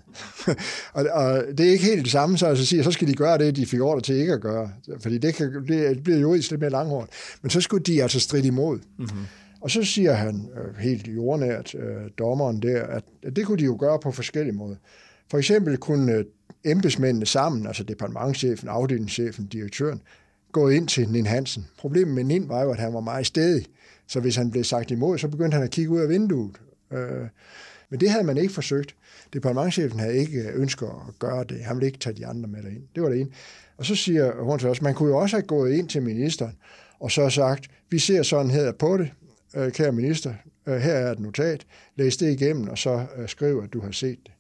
og, og det er ikke helt det samme, så, altså, så skal de gøre det, de fik ordre til ikke at gøre. Fordi det, kan, det bliver jo lidt mere langhårdt. Men så skulle de altså stride imod. Mm-hmm. Og så siger han øh, helt jordnært, øh, dommeren der, at, at det kunne de jo gøre på forskellige måder. For eksempel kunne øh, embedsmændene sammen, altså departementschefen, afdelingschefen, direktøren, gå ind til Nin Hansen. Problemet med Nin var jo, at han var meget stædig. Så hvis han blev sagt imod, så begyndte han at kigge ud af vinduet. Øh, men det havde man ikke forsøgt. Departementschefen havde ikke ønsket at gøre det. Han ville ikke tage de andre med derind. Det var det ene. Og så siger hun til os, man kunne jo også have gået ind til ministeren, og så sagt, vi ser sådan her på det, øh, kære minister, øh, her er et notat, læs det igennem, og så øh, skriv, at du har set det.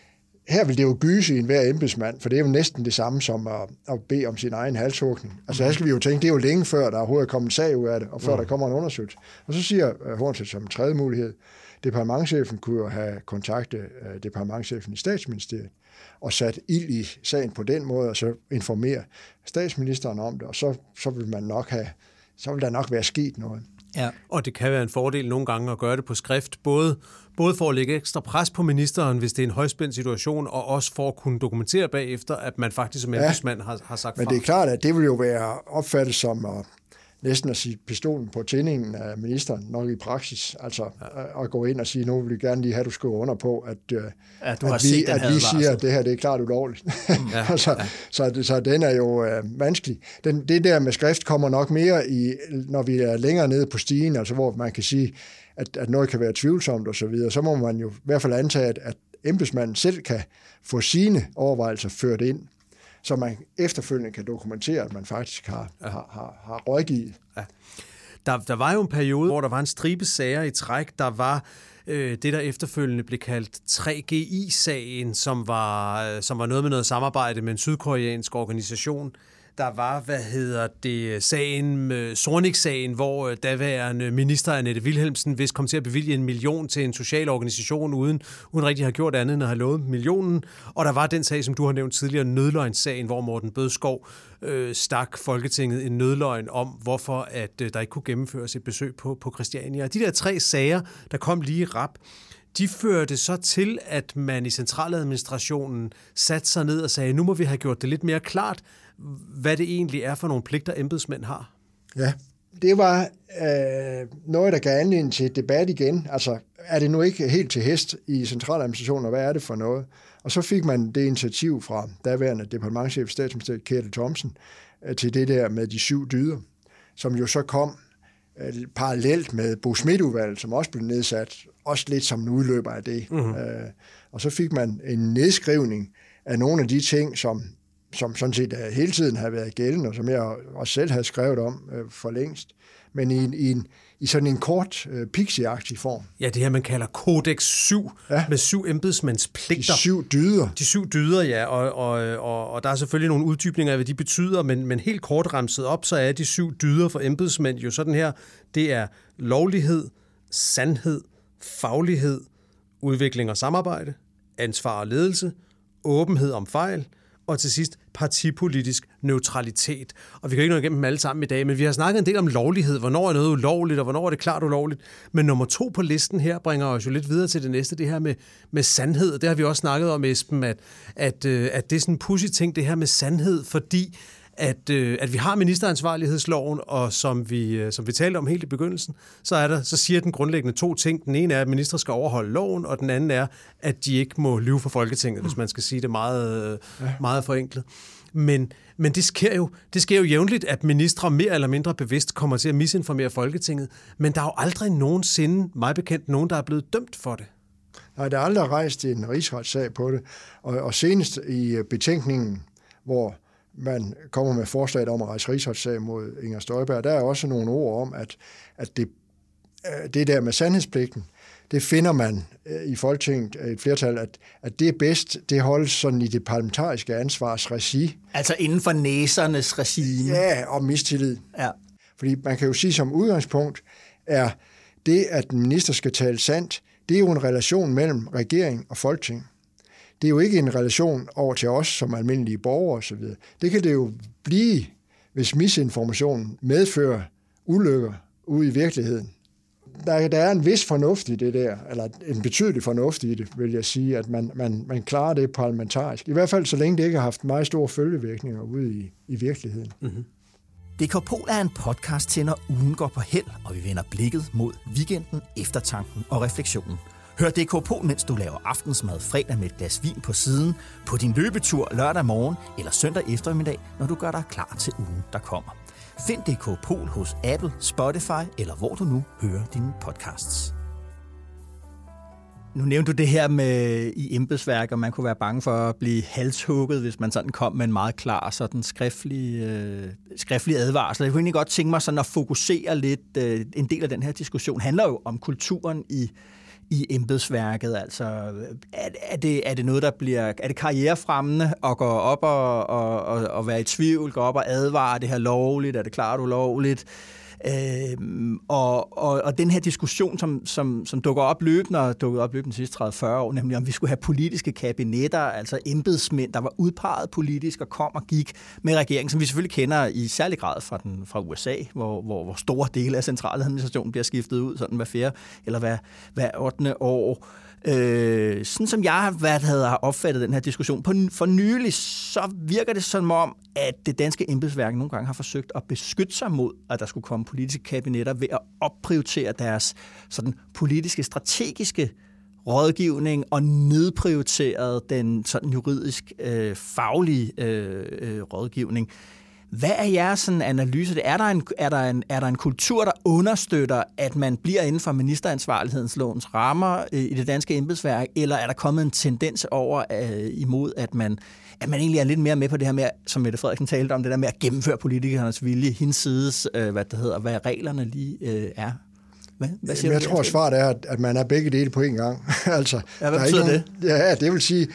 Her vil det jo gyse i enhver embedsmand, for det er jo næsten det samme som at, at bede om sin egen halshugning. Altså her skal vi jo tænke, det er jo længe før, der overhovedet er kommet en sag ud af det, og før mm. der kommer en undersøgelse. Og så siger uh, Hornstedt som en tredje mulighed, departementschefen kunne jo have kontaktet uh, departementschefen i Statsministeriet, og sat ild i sagen på den måde, og så informere statsministeren om det, og så, så vil man nok have, så vil der nok være sket noget. Ja. Og det kan være en fordel nogle gange at gøre det på skrift, både, både for at lægge ekstra pres på ministeren, hvis det er en højspændt situation, og også for at kunne dokumentere bagefter, at man faktisk som embedsmand ja, har, har sagt fra. Men det er klart, at det vil jo være opfattet som at, næsten at sige pistolen på tændingen af ministeren, nok i praksis. Altså ja. at gå ind og sige, nu vil vi gerne lige have, at du skriver under på, at, ja, du har at, vi, at vi siger, at det her det er klart ulovligt. Ja, altså, ja. så, så den er jo øh, vanskelig. Den, det der med skrift kommer nok mere, i, når vi er længere nede på stigen, altså hvor man kan sige, at, at noget kan være tvivlsomt og så videre. Så må man jo i hvert fald antage, at, at embedsmanden selv kan få sine overvejelser ført ind, så man efterfølgende kan dokumentere, at man faktisk har, ja. har, har, har rådgivet. Ja. Der, der var jo en periode, hvor der var en stribe sager i træk. Der var øh, det, der efterfølgende blev kaldt tre G I-sagen, som var, som var noget med noget samarbejde med en sydkoreansk organisation. Der var, hvad hedder det, sagen, Zornig-sagen, hvor daværende minister Annette Wilhelmsen vist kom til at bevilge en million til en social organisation, uden, uden rigtig at have gjort andet end at have lovet millionen. Og der var den sag, som du har nævnt tidligere, nødløgnssagen, hvor Morten Bødskov øh, stak Folketinget en nødløgn om, hvorfor at, øh, der ikke kunne gennemføres et besøg på, på Christiania. Og de der tre sager, der kom lige i rap, de førte så til, at man i centraladministrationen satte sig ned og sagde, nu må vi have gjort det lidt mere klart, hvad det egentlig er for nogle pligter, embedsmænd har. Ja, det var øh, noget, der gav anledning til debat igen. Altså, er det nu ikke helt til hest i centraladministrationen, og hvad er det for noget? Og så fik man det initiativ fra daværende departementschef statsminister Ketil Thomsen øh, til det der med de syv dyder, som jo så kom øh, parallelt med Bo Schmidt-udvalget, som også blev nedsat, også lidt som en udløber af det. Mm-hmm. Øh, og så fik man en nedskrivning af nogle af de ting, som som sådan set hele tiden har været gældende, og som jeg også selv havde skrevet om øh, for længst, men i, en, i, en, i sådan en kort øh, pixie-agtig form. Ja, det her, man kalder Kodex syv, ja. Med syv embedsmænds pligter. De syv dyder. De syv dyder, ja, og, og, og, og der er selvfølgelig nogle uddybninger af, hvad de betyder, men, men helt kort remset op, så er de syv dyder for embedsmænd jo sådan her, det er lovlighed, sandhed, faglighed, udvikling og samarbejde, ansvar og ledelse, åbenhed om fejl, og til sidst partipolitisk neutralitet. Og vi kan ikke nå igennem dem alle sammen i dag, men vi har snakket en del om lovlighed. Hvornår er noget ulovligt, og hvornår er det klart ulovligt? Men nummer to på listen her bringer os jo lidt videre til det næste, det her med, med sandhed. Det har vi også snakket om, Esben, at, at, at det er sådan en pudsig ting, det her med sandhed, fordi at, øh, at vi har ministeransvarlighedsloven, og som vi, øh, som vi talte om helt i begyndelsen, så, er der, så siger den grundlæggende to ting. Den ene er, at ministre skal overholde loven, og den anden er, at de ikke må lyve for Folketinget, mm. hvis man skal sige det meget, øh, meget forenklet. Men, men det sker jo, det sker jo jævnligt, at ministre mere eller mindre bevidst kommer til at misinformere Folketinget, men der er jo aldrig nogensinde, mig bekendt, nogen, der er blevet dømt for det. Nej, der er aldrig rejst en rigsretssag på det, og, og senest i betænkningen, hvor man kommer med forslaget om at rejse rigsretssag mod Inger Støjberg, der er også nogle ord om, at, at det, det der med sandhedspligten, det finder man i Folketinget, et flertal, at, at det er bedst, det holdes sådan i det parlamentariske ansvars regi. Altså inden for næsernes regime. Ja, og mistillid. Ja. Fordi man kan jo sige som udgangspunkt, er det, at en minister skal tale sandt, det er jo en relation mellem regering og Folketing. Det er jo ikke en relation over til os som almindelige borgere osv. Det kan det jo blive, hvis misinformationen medfører ulykker ude i virkeligheden. Der, der er en vis fornuft i det der, eller en betydelig fornuft i det, vil jeg sige, at man, man, man klarer det parlamentarisk. I hvert fald så længe det ikke har haft meget store følgevirkninger ude i, i virkeligheden. Mm-hmm. D K Pol er en podcast til, når ugen går på held, og vi vender blikket mod weekenden, eftertanken og refleksionen. Hør D K Pol, mens du laver aftensmad fredag med et glas vin på siden, på din løbetur lørdag morgen eller søndag eftermiddag, når du gør dig klar til ugen, der kommer. Find D K Pol hos Apple, Spotify eller hvor du nu hører dine podcasts. Nu nævnte du det her med i embedsværk, og man kunne være bange for at blive halshugget, hvis man sådan kom med en meget klar sådan skriftlig, øh, skriftlig advarsel. Jeg kunne egentlig godt tænke mig sådan at fokusere lidt. Øh, en del af den her diskussion handler jo om kulturen i i embedsværket. Altså, er, er, det, er det noget, der bliver... Er det karrierefremmende at gå op og, og, og, og være i tvivl, gå op og advare, det her lovligt, er det klart ulovligt? Øhm, og, og, og den her diskussion, som, som, som dukker op løbende, og dukkede op løbende de sidste tredive til fyrre år, nemlig om vi skulle have politiske kabinetter, altså embedsmænd, der var udpeget politisk og kom og gik med regeringen, som vi selvfølgelig kender i særlig grad fra, den, fra U S A, hvor, hvor, hvor store dele af centraladministrationen bliver skiftet ud, sådan hver fjerde eller hver, hver ottende år. Øh, sådan som jeg har været, havde opfattet den her diskussion på, for nylig, så virker det som om, at det danske embedsværk nogle gange har forsøgt at beskytte sig mod, at der skulle komme politiske kabinetter ved at opprioritere deres sådan politiske, strategiske rådgivning og nedprioriteret den sådan juridisk øh, faglige øh, øh, rådgivning. Hvad er jeres sådan analyse? Er der, en, er, der en, er der en kultur, der understøtter, at man bliver inden for ministeransvarlighedslovens rammer øh, i det danske embedsværk, eller er der kommet en tendens over øh, imod, at man, at man egentlig er lidt mere med på det her med, som Mette Frederiksen talte om, det der med at gennemføre politikernes vilje, hinsides, øh, hvad det hedder, hvad reglerne lige øh, er? Hvad, hvad siger Jamen, du? jeg tror, at svaret er, at man er begge dele på en gang. altså, ja, hvad betyder det? Nogen, ja, det vil sige,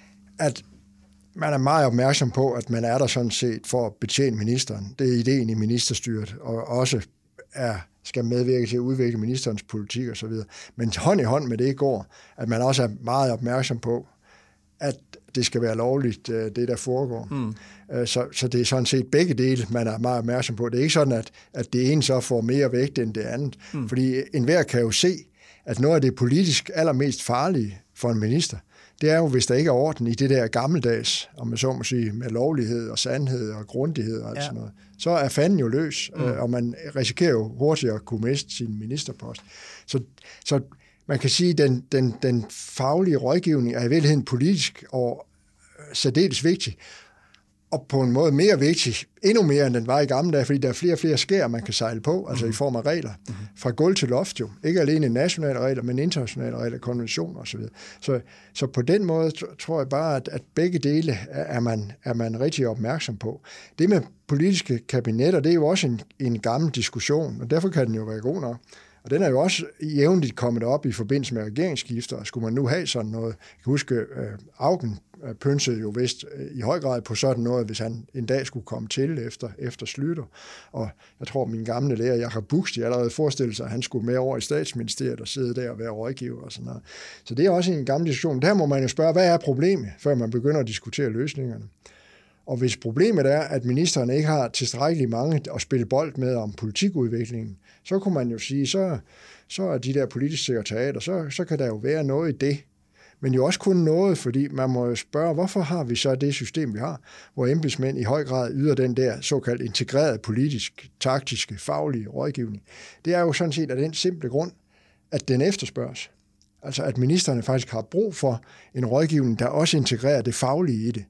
at man er meget opmærksom på, at man er der sådan set for at betjene ministeren. Det er ideen i ministerstyret, og også er, skal medvirke til at udvikle ministerens politik osv. Men hånd i hånd med det går, at man også er meget opmærksom på, at det skal være lovligt, det der foregår. Mm. Så, så det er sådan set begge dele, man er meget opmærksom på. Det er ikke sådan, at, at det ene så får mere vægt end det andet. Mm. Fordi enhver kan jo se, at noget af det politisk allermest farlige for en minister, det er jo, hvis der ikke er orden i det der gammeldags, om man så må sige, med lovlighed og sandhed og grundighed og alt ja. sådan noget, så er fanden jo løs, mm. og man risikerer jo hurtigt at kunne miste sin ministerpost. Så, så man kan sige, at den, den, den faglige rådgivning er i virkeligheden politisk og særdeles vigtig, og på en måde mere vigtig, endnu mere end den var i gamle dage, fordi der er flere og flere skær, man kan sejle på, altså mm-hmm. i form af regler, mm-hmm. fra gulv til loft jo. Ikke alene nationale regler, men internationale regler, konventioner osv. Så, så på den måde tror jeg bare, at, at begge dele er man, er man rigtig opmærksom på. Det med politiske kabinetter, det er jo også en, en gammel diskussion, og derfor kan den jo være god nok. Og den er jo også jævnligt kommet op i forbindelse med regeringsskifter. Skulle man nu have sådan noget? Jeg kan huske, uh, Augen uh, pynsede jo vist uh, i høj grad på sådan noget, hvis han en dag skulle komme til efter, efter Schlüter. Og jeg tror, min gamle lærer, Jakob Buxti, allerede forestillede sig, at han skulle med over i statsministeriet og sidde der og være rådgiver og sådan noget. Så det er også en gammel diskussion. Der må man jo spørge, hvad er problemet, før man begynder at diskutere løsningerne? Og hvis problemet er, at ministeren ikke har tilstrækkeligt mange at spille bold med om politikudviklingen, så kunne man jo sige, så, så er de der politiske sekretariater, så, så kan der jo være noget i det. men jo også kun noget, fordi man må jo spørge, hvorfor har vi så det system, vi har, hvor embedsmænd i høj grad yder den der såkaldt integrerede politisk, taktiske, faglige rådgivning. Det er jo sådan set af den simple grund, at den efterspørges. Altså at ministerne faktisk har brug for en rådgivning, der også integrerer det faglige i det.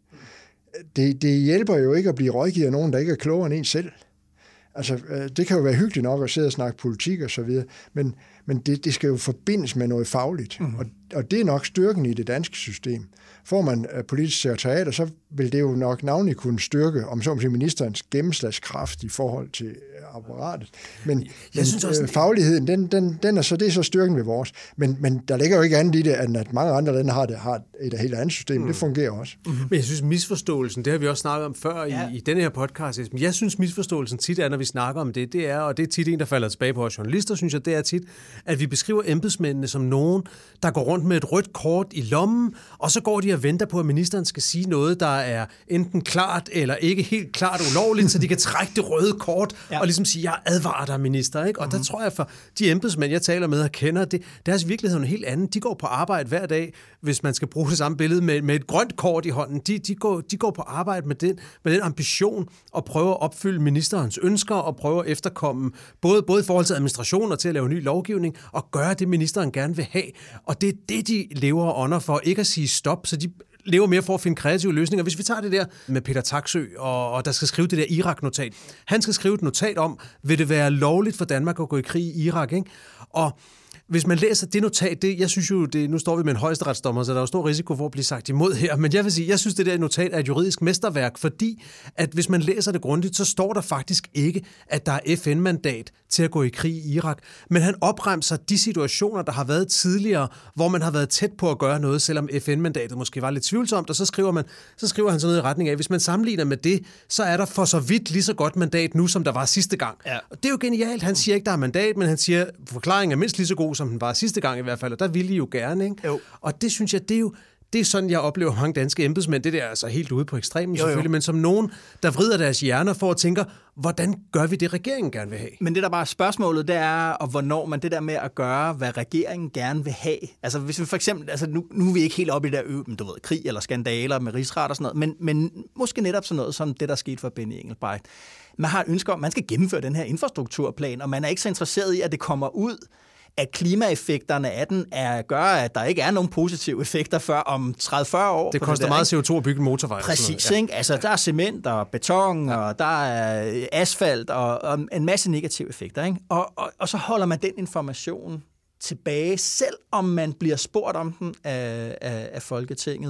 Det, det hjælper jo ikke at blive rådgiver af nogen, der ikke er klogere end en selv. Altså, det kan jo være hyggeligt nok at sidde og snakke politik og så videre, men, men det, det skal jo forbindes med noget fagligt, mm-hmm. og, og det er nok styrken i det danske system. Får man politisk sekretariat, så vil det jo nok navnlig kunne styrke, om så om ministerens gennemslagskraft i forhold til apparatet. Men, men også, øh, fagligheden, den, den, den er så, det er så styrken ved vores. Men, men der ligger jo ikke andet i det, end at mange andre lande har, det, har et helt andet system. Mm. Det fungerer også. Mm-hmm. Men jeg synes, misforståelsen, det har vi også snakket om før ja. i, i denne her podcast. Men jeg synes, misforståelsen tit er, når vi snakker om det, det er, og det er tit en, der falder tilbage på os journalister, synes jeg, det er tit, at vi beskriver embedsmændene som nogen, der går rundt med et rødt kort i lommen, og så går de og venter på, at ministeren skal sige noget, der er enten klart eller ikke helt klart ulovligt, så de kan trække det røde kort ja. og ligesom sige, jeg advarer dig, minister. Ikke? Og mm-hmm. der tror jeg, for de embedsmænd, jeg taler med og kender, det, deres virkelighed er noget helt andet. De går på arbejde hver dag, hvis man skal bruge det samme billede, med, med et grønt kort i hånden. De, de, går, de går på arbejde med den, med den ambition at prøve at opfylde ministerens ønsker og prøve at efterkomme, både, både i forhold til administration og til at lave ny lovgivning, og gøre det, ministeren gerne vil have. Og det er det, de lever og ånder for, ikke at sige stop, så de lever mere for at finde kreative løsninger. Hvis vi tager det der med Peter Taksøe, og, og der skal skrive det der Irak-notat. Han skal skrive et notat om, vil det være lovligt for Danmark at gå i krig i Irak, ikke? Og hvis man læser det notat, det, jeg synes jo, det, nu står vi med en højesteretsdommer, så der er jo stor risiko for at blive sagt imod her, men jeg vil sige, jeg synes, det der notat er et juridisk mesterværk, fordi at hvis man læser det grundigt, så står der faktisk ikke, at der er F N-mandat til at gå i krig i Irak, men han opremser de situationer, der har været tidligere, hvor man har været tæt på at gøre noget, selvom F N-mandatet måske var lidt tvivlsomt, og så skriver, man, så skriver han sådan noget i retning af, hvis man sammenligner med det, så er der for så vidt lige så godt mandat nu, som der var sidste gang. Ja. Og det er jo genialt. Han siger ikke, der er mandat, men han siger, forklaringen er mindst lige så god, som den var sidste gang i hvert fald, og der ville I jo gerne, ikke? Jo. Og det synes jeg, det er jo det er sådan, jeg oplever mange danske embedsmænd. Det der er altså helt ude på ekstremen jo, selvfølgelig, jo. Men som nogen, der vrider deres hjerner for at tænke, hvordan gør vi det, regeringen gerne vil have? Men det der bare spørgsmålet, det er, og hvornår man det der med at gøre, hvad regeringen gerne vil have. Altså hvis vi for eksempel, altså nu, nu er vi ikke helt oppe i der ø, du ved, krig eller skandaler med rigsret og sådan noget, men, men måske netop sådan noget som det, der skete for Benny Engelbrecht. Man har et ønske om, at man skal gennemføre den her infrastrukturplan, og man er ikke så interesseret i, at det kommer ud, at klimaeffekterne af den er, gør, at der ikke er nogen positive effekter før om tredive til fyrre år. Det koster det der, meget C O to at bygge en motorvej. Præcis, ikke? Altså, ja. Der er cement og beton, ja. Og der er asfalt og, og en masse negative effekter. Ikke? Og, og, og så holder man den information tilbage, selv om man bliver spurgt om den af, af, af Folketinget.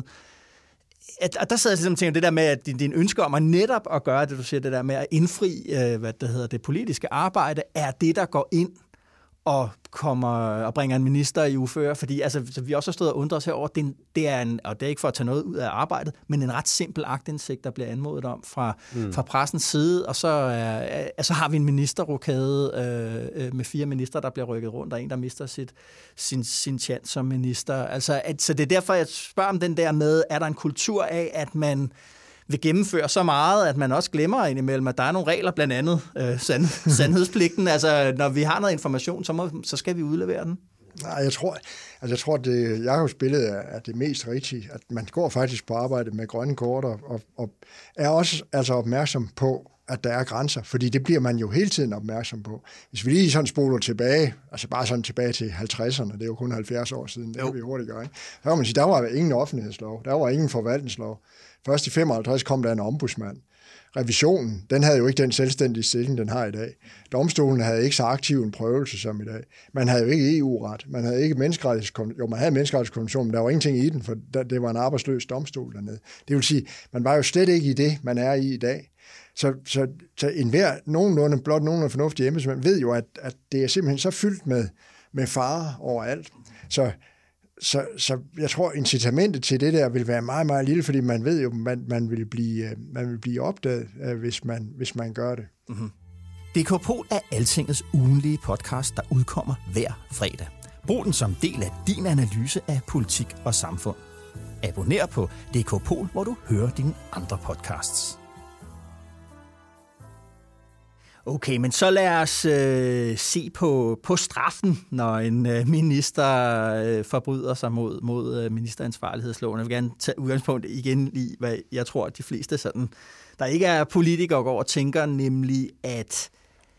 At, at der sidder jeg og tænker, det der med, at din, din ønsker om at netop at gøre det, du siger, det der med at indfri øh, hvad det hedder, det politiske arbejde, er det, der går ind og kommer og bringer en minister i uføre, fordi altså, så vi også har stået og undret os herover, det, det er en, og det er ikke for at tage noget ud af arbejdet, men en ret simpel aktindsigt, der bliver anmodet om fra, mm. fra pressens side, og så, øh, så har vi en ministerrokade øh, med fire minister, der bliver rykket rundt, og en, der mister sit, sin, sin chance som minister. Altså, at, så det er derfor, jeg spørger om den der med, er der en kultur af, at man vil gennemføre så meget, at man også glemmer indimellem, at der er nogle regler, blandt andet øh, sand, sandhedspligten. Altså, når vi har noget information, så, må, så skal vi udlevere den. Nej, jeg tror, altså jeg tror, det Jakobs billede er det mest rigtige, at man går faktisk på arbejde med grønne kort og, og er også altså opmærksom på, at der er grænser, fordi det bliver man jo hele tiden opmærksom på. Hvis vi lige sådan spoler tilbage, altså bare sådan tilbage til halvtredserne, det er jo kun halvfjerds år siden, det kan vi hurtigt gøre, ikke? Så kan man sige, der var ingen offentlighedslov, der var ingen forvaltningslov. Først i femoghalvtreds kom der en ombudsmand. Revisionen, den havde jo ikke den selvstændige stilling, den har i dag. Domstolen havde ikke så aktiv en prøvelse som i dag. Man havde jo ikke E U-ret. Man havde ikke menneskerettighedskonvention. Jo, man havde menneskerettighedskonvention, men der var ingenting i den, for det var en arbejdsløs domstol dernede. Det vil sige, man var jo slet ikke i det, man er i i dag. Så, så, så enhver, nogenlunde, blot nogenlunde fornuftige embedsmænd ved jo, at, at det er simpelthen så fyldt med, med fare overalt. Så Så, så jeg tror, incitamentet til det der vil være meget, meget lille, fordi man ved jo, man, man, vil, blive, man vil blive opdaget, hvis man, hvis man gør det. Mm-hmm. D K Pol er Altingets ugenlige podcast, der udkommer hver fredag. Brug den som del af din analyse af politik og samfund. Abonner på D K Pol, hvor du hører dine andre podcasts. Okay, men så lad os øh, se på, på straffen, når en øh, minister øh, forbryder sig mod, mod øh, ministeransvarlighedsloven. Jeg vil gerne tage udgangspunkt igen i, hvad jeg tror, at de fleste, sådan, der ikke er politikere, går og tænker, nemlig at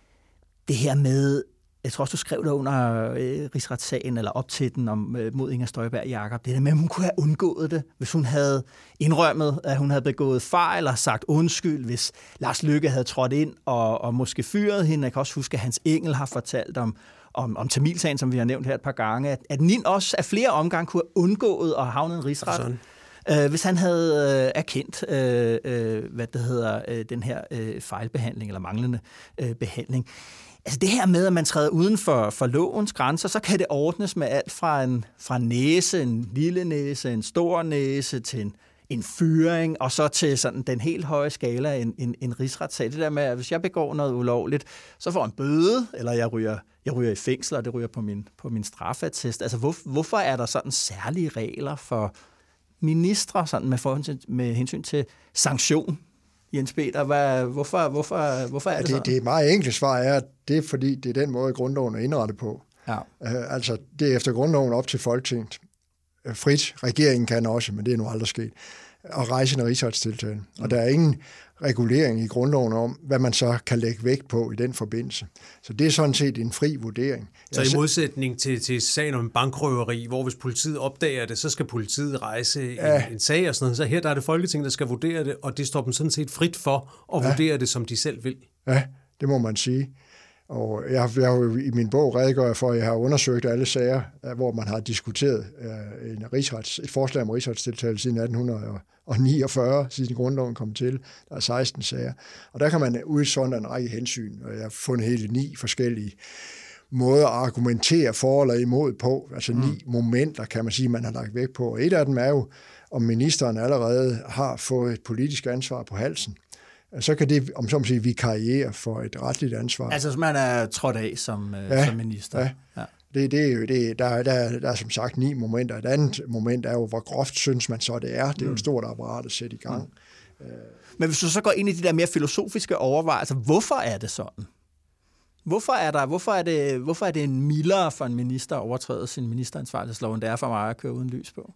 det her med, jeg tror også, du skrev det under øh, rigsretssagen, eller op til den om, øh, mod Inger Støjberg Jakob, det der med, at hun kunne have undgået det, hvis hun havde indrømmet, at hun havde begået fejl, eller sagt undskyld, hvis Lars Løkke havde trådt ind og, og måske fyret hende. Jeg kan også huske, at Hans Engel har fortalt om, om, om Tamilsagen, som vi har nævnt her et par gange, at, at Nin også af flere omgange kunne have undgået at havne en rigsret. Øh, hvis han havde øh, erkendt, øh, øh, hvad det hedder, øh, den her øh, fejlbehandling, eller manglende øh, behandling. Altså det her med, at man træder uden for, for lovens grænser, så kan det ordnes med alt fra en fra næse, en lille næse, en stor næse, til en, en fyring, og så til sådan den helt høje skala, en, en, en rigsretssag. Det der med, at hvis jeg begår noget ulovligt, så får jeg en bøde, eller jeg ryger, jeg ryger i fængsel, og det ryger på min, på min straffeattest. Altså hvor, hvorfor er der sådan særlige regler for ministre sådan med, for, med hensyn til sanktion? Jens Peter, hvad, hvorfor, hvorfor, hvorfor er det, det sådan? Det er meget enkelt svar er, at det er fordi, det er den måde, grundloven er indrettet på. Ja. Uh, altså, det er efter grundloven op til Folketinget. Uh, frit, regeringen kan også, men det er nu aldrig sket, at rejse en rigsretstiltale. Mm. Og der er ingen regulering i grundloven om, hvad man så kan lægge vægt på i den forbindelse. Så det er sådan set en fri vurdering. Så i modsætning til, til sagen om bankrøveri, hvor hvis politiet opdager det, så skal politiet rejse ja. en, en sag og sådan noget. Så her der er det Folketinget, der skal vurdere det, og det står dem sådan set frit for at ja. vurdere det, som de selv vil. Ja, det må man sige. Og jeg har, jeg har jo i min bog redegør for, at jeg har undersøgt alle sager, hvor man har diskuteret uh, en rigsrets, et forslag om rigsretstiltale siden atten niogfyrre, siden grundloven kom til. Der er seksten sager. Og der kan man udsondre en række hensyn, og jeg har fundet hele ni forskellige måder at argumentere for eller imod på. Altså ni mm. momenter, kan man sige, man har lagt vægt på. Og et af dem er jo, om ministeren allerede har fået et politisk ansvar på halsen. Så kan det, om så må sige, vikariere for et retligt ansvar. Altså, hvis man er trådt af som, ja, som minister. Ja. Ja. Det, det er jo, det, der, der, der er som sagt ni momenter. Et andet moment er jo, hvor groft synes man så, det er. Det er jo et stort apparat at sætte i gang. Mm. Men hvis du så går ind i de der mere filosofiske overvejelser, hvorfor er det sådan? Hvorfor er, der, hvorfor er, det, hvorfor er det en mildere for en minister at overtræde sin ministeransvarlighedslov, end det er for mig at køre uden lys på?